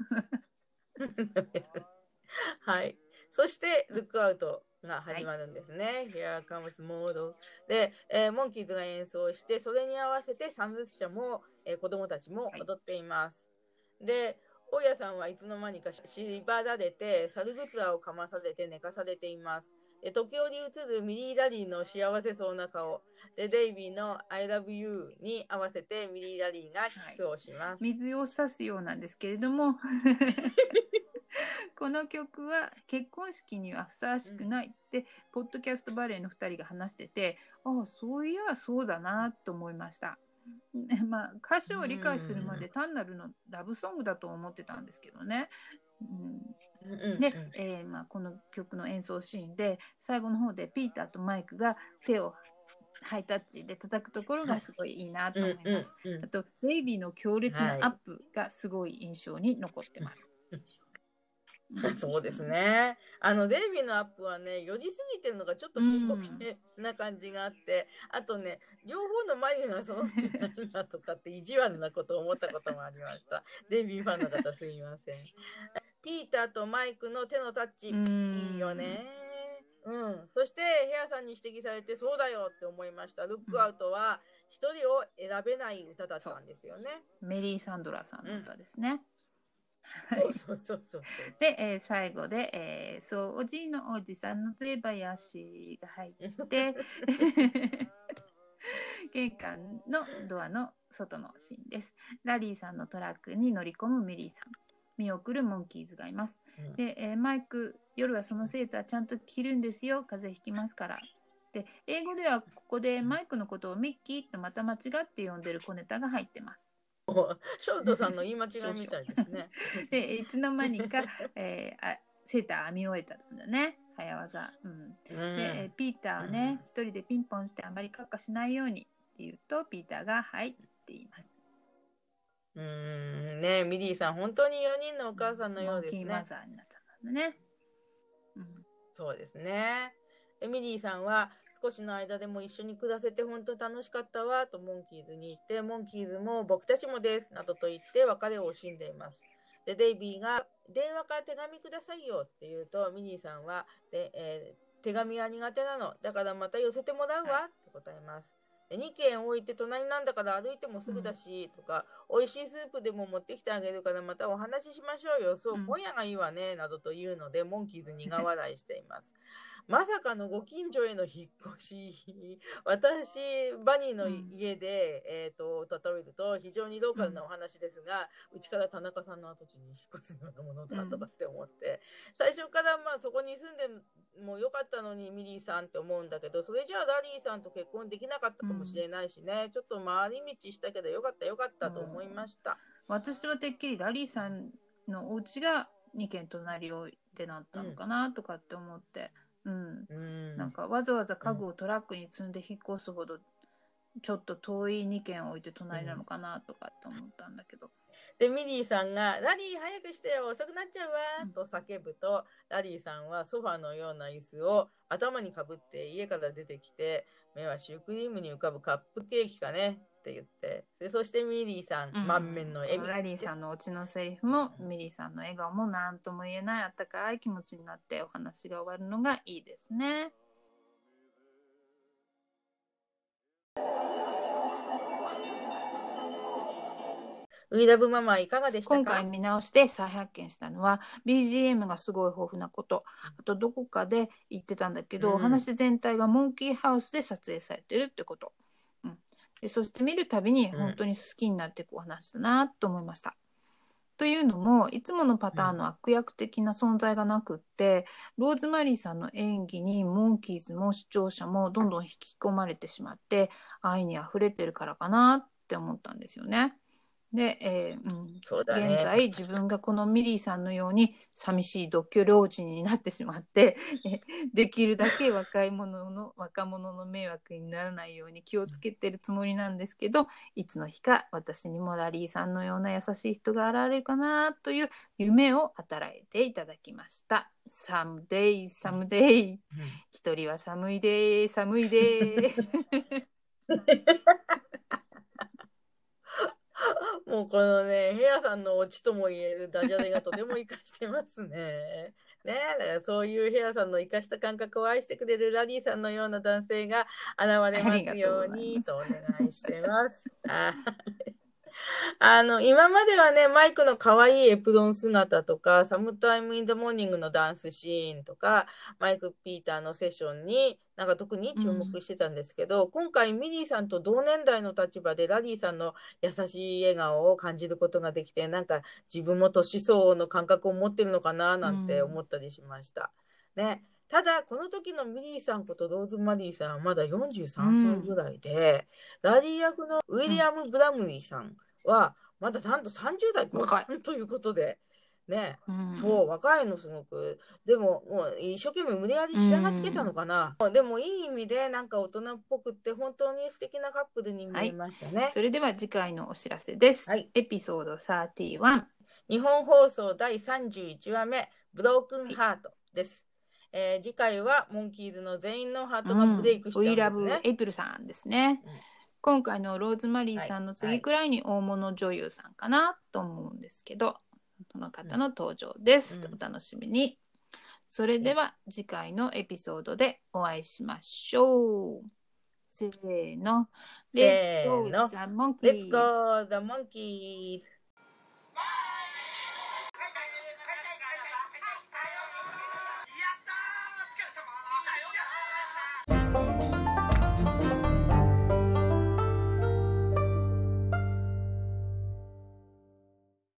はい。そして、ルックアウトが始まるんですね。はい、Here comes Mode。で、えー、モンキーズが演奏して、それに合わせて参列者も、えー、子供たちも踊っています。はい、で、大家さんはいつの間にか縛られて、猿ぐつわをかまされて寝かされています。で、時折映るミリー・ラリーの幸せそうな顔。で、デイビーの I love you に合わせてミリー・ラリーがキスをします。 はい、水を差すようなんですけれども、この曲は結婚式にはふさわしくないって、うん、ポッドキャストバレーのふたりが話してて、ああ、そういやそうだなと思いました。まあ、歌詞を理解するまで単なるのラブソングだと思ってたんですけどね。うん、で、えーまあ、この曲の演奏シーンで最後の方でピーターとマイクが手をハイタッチで叩くところがすごいいいなと思います。 うんうんうん、 あとデイビーの強烈なアップがすごい印象に残ってます。 はい、そうですね。あのデイビーのアップはね、よじすぎてるのがちょっとピンボケな感じがあって、うん、あとね、両方の眉毛が揃ってないなとかって意地悪なことを思ったこともありました。デイビーファンの方すみません。ピーターとマイクの手のタッチ、いいよね。うん。そしてヘアさんに指摘されてそうだよって思いました。ルックアウトは一人を選べない歌だったんですよね。 メリー・サンドラさんの歌ですね。 うん、そうそうそうそう。 で、えー、最後で、えー、そうおじいのおじさんの出囃子が入って玄関のドアの外のシーンです。ラリーさんのトラックに乗り込むメリーさん、見送るモンキーズがいます。うん、で、えー、マイク、夜はそのセーターちゃんと着るんですよ、風邪ひきますから。で、英語ではここでマイクのことをミッキーとまた間違って呼んでる小ネタが入ってます。 ショルトさんの言い間違いみたいですね。 で、いつの間にか、えー、あセーター編み終えたんだね、早技。うん、で、ピーターはね、一、うん、人でピンポンしてあまりカッカしないようにって言うと、ピーターがはいって言います。 うーんね、ミリーさん、本当によにんのお母さんのようですね。 モンキーマザーになっちゃったんだね。 うん、そうですね。ミリーさんは、少しの間でも一緒に暮らせて本当楽しかったわとモンキーズに言って、モンキーズも僕たちもですなどと言って別れを惜しんでいます。で、デイビーが電話か手紙くださいよって言うと、ミニーさんはで、えー、手紙は苦手なの。だからまた寄せてもらうわ、はい、って答えます。でにけん置いて隣なんだから歩いてもすぐだし、うん、とか、美味しいスープでも持ってきてあげるからまたお話ししましょうよ。そう、うん、今夜がいいわね、などと言うので、モンキーズ苦笑いしています。まさかのご近所への引っ越し。私、バニーの家で、うん、えっと、例えると非常にローカルなお話ですが、うち、ん、から田中さんの跡地に引っ越すようなものだとかって思って、うん、最初からまあそこに住んでもよかったのにミリーさんって思うんだけど、それじゃあラリーさんと結婚できなかったかもしれないしね、うん、ちょっと回り道したけどよかったよかったと思いました。うん、 私はてっきりラリーさんのお家がにけん隣でなったのかなとかって思って、うんうん、なんかわざわざ家具をトラックに積んで引っ越すほどちょっと遠いにけん置いて隣なのかなとかって思ったんだけど、 でミリーさんがラリー早くしてよ遅くなっちゃうわ、うん、と叫ぶと、ラリーさんはソファーのような椅子を頭にかぶって家から出てきて、目はシュークリームに浮かぶカップケーキかねって言って、でそしてミリーさん、うん、満面の笑み。 ラリーさんのオチのセリフも、うん、ミリーさんの笑顔も何とも言えないあったかい気持ちになってお話が終わるのがいいですね。 ウィラブママいかがでしたか？ 今回見直して再発見したのは ビージーエム がすごい豊富なこと、あとどこかで言ってたんだけど、うん、お話全体がモンキーハウスで撮影されてるってこと、うん、でそして見るたびに本当に好きになっていくお話だなと思いました、うん、というのもいつものパターンの悪役的な存在がなくって、うん、ローズマリーさんの演技にモンキーズも視聴者もどんどん引き込まれてしまって愛にあふれてるからかなって思ったんですよね。で、えーうんそうだね、 現在自分がこのミリーさんのように寂しい独居老人になってしまってできるだけ若い者の若者の迷惑にならないように気をつけてるつもりなんですけど、いつの日か私にもラリーさんのような優しい人が現れるかなという夢を与えていただきました。サムデイサムデイ、一人は寒いで寒いでもうこのね、ヘアさんのオチとも言えるダジャレがとても活かしてますね。ねえ、だからそういうヘアさんの活かした感覚を愛してくれるラリーさんのような男性が現れますようにとお願いしてます。あの、今まではね、マイクの可愛いエプロン姿とか、サムタイムインザモーニングのダンスシーンとか、マイク・ピーターのセッションになんか特に注目してたんですけど、うん、今回ミリーさんと同年代の立場でラリーさんの優しい笑顔を感じることができて、なんか自分も年相応の感覚を持ってるのかななんて思ったりしました。うん、ね。ただ、この時のミリーさんことローズマリーさんはまだよんじゅうさんさいぐらいで、うん、ラリー役のウィリアム・ブラムリーさんはまだなんとさんじゅうだいこう半ということで、 ね、 うん、 そう、若いのすごく。でも、もう一生懸命無理やり白髪つけたのかな。うん、でもいい意味でなんか大人っぽくって本当に素敵なカップルに見えましたね。はい、 それでは次回のお知らせです。はい、エピソードさんじゅういち。 日本放送だいさんじゅういちわめ、ブロークンハートです。はい、えー、次回はモンキーズの全員のハートがブレイクしちゃうんですね。 うん、We Love Aprilさんですね。うん、今回のローズマリーさんの次くらいに大物女優さんかなと思うんですけど、その方の登場です。うん、お楽しみに。それでは次回のエピソードでお会いしましょう。せーの。 せーの。 Let's go the monkeys. Let's go the monkeys.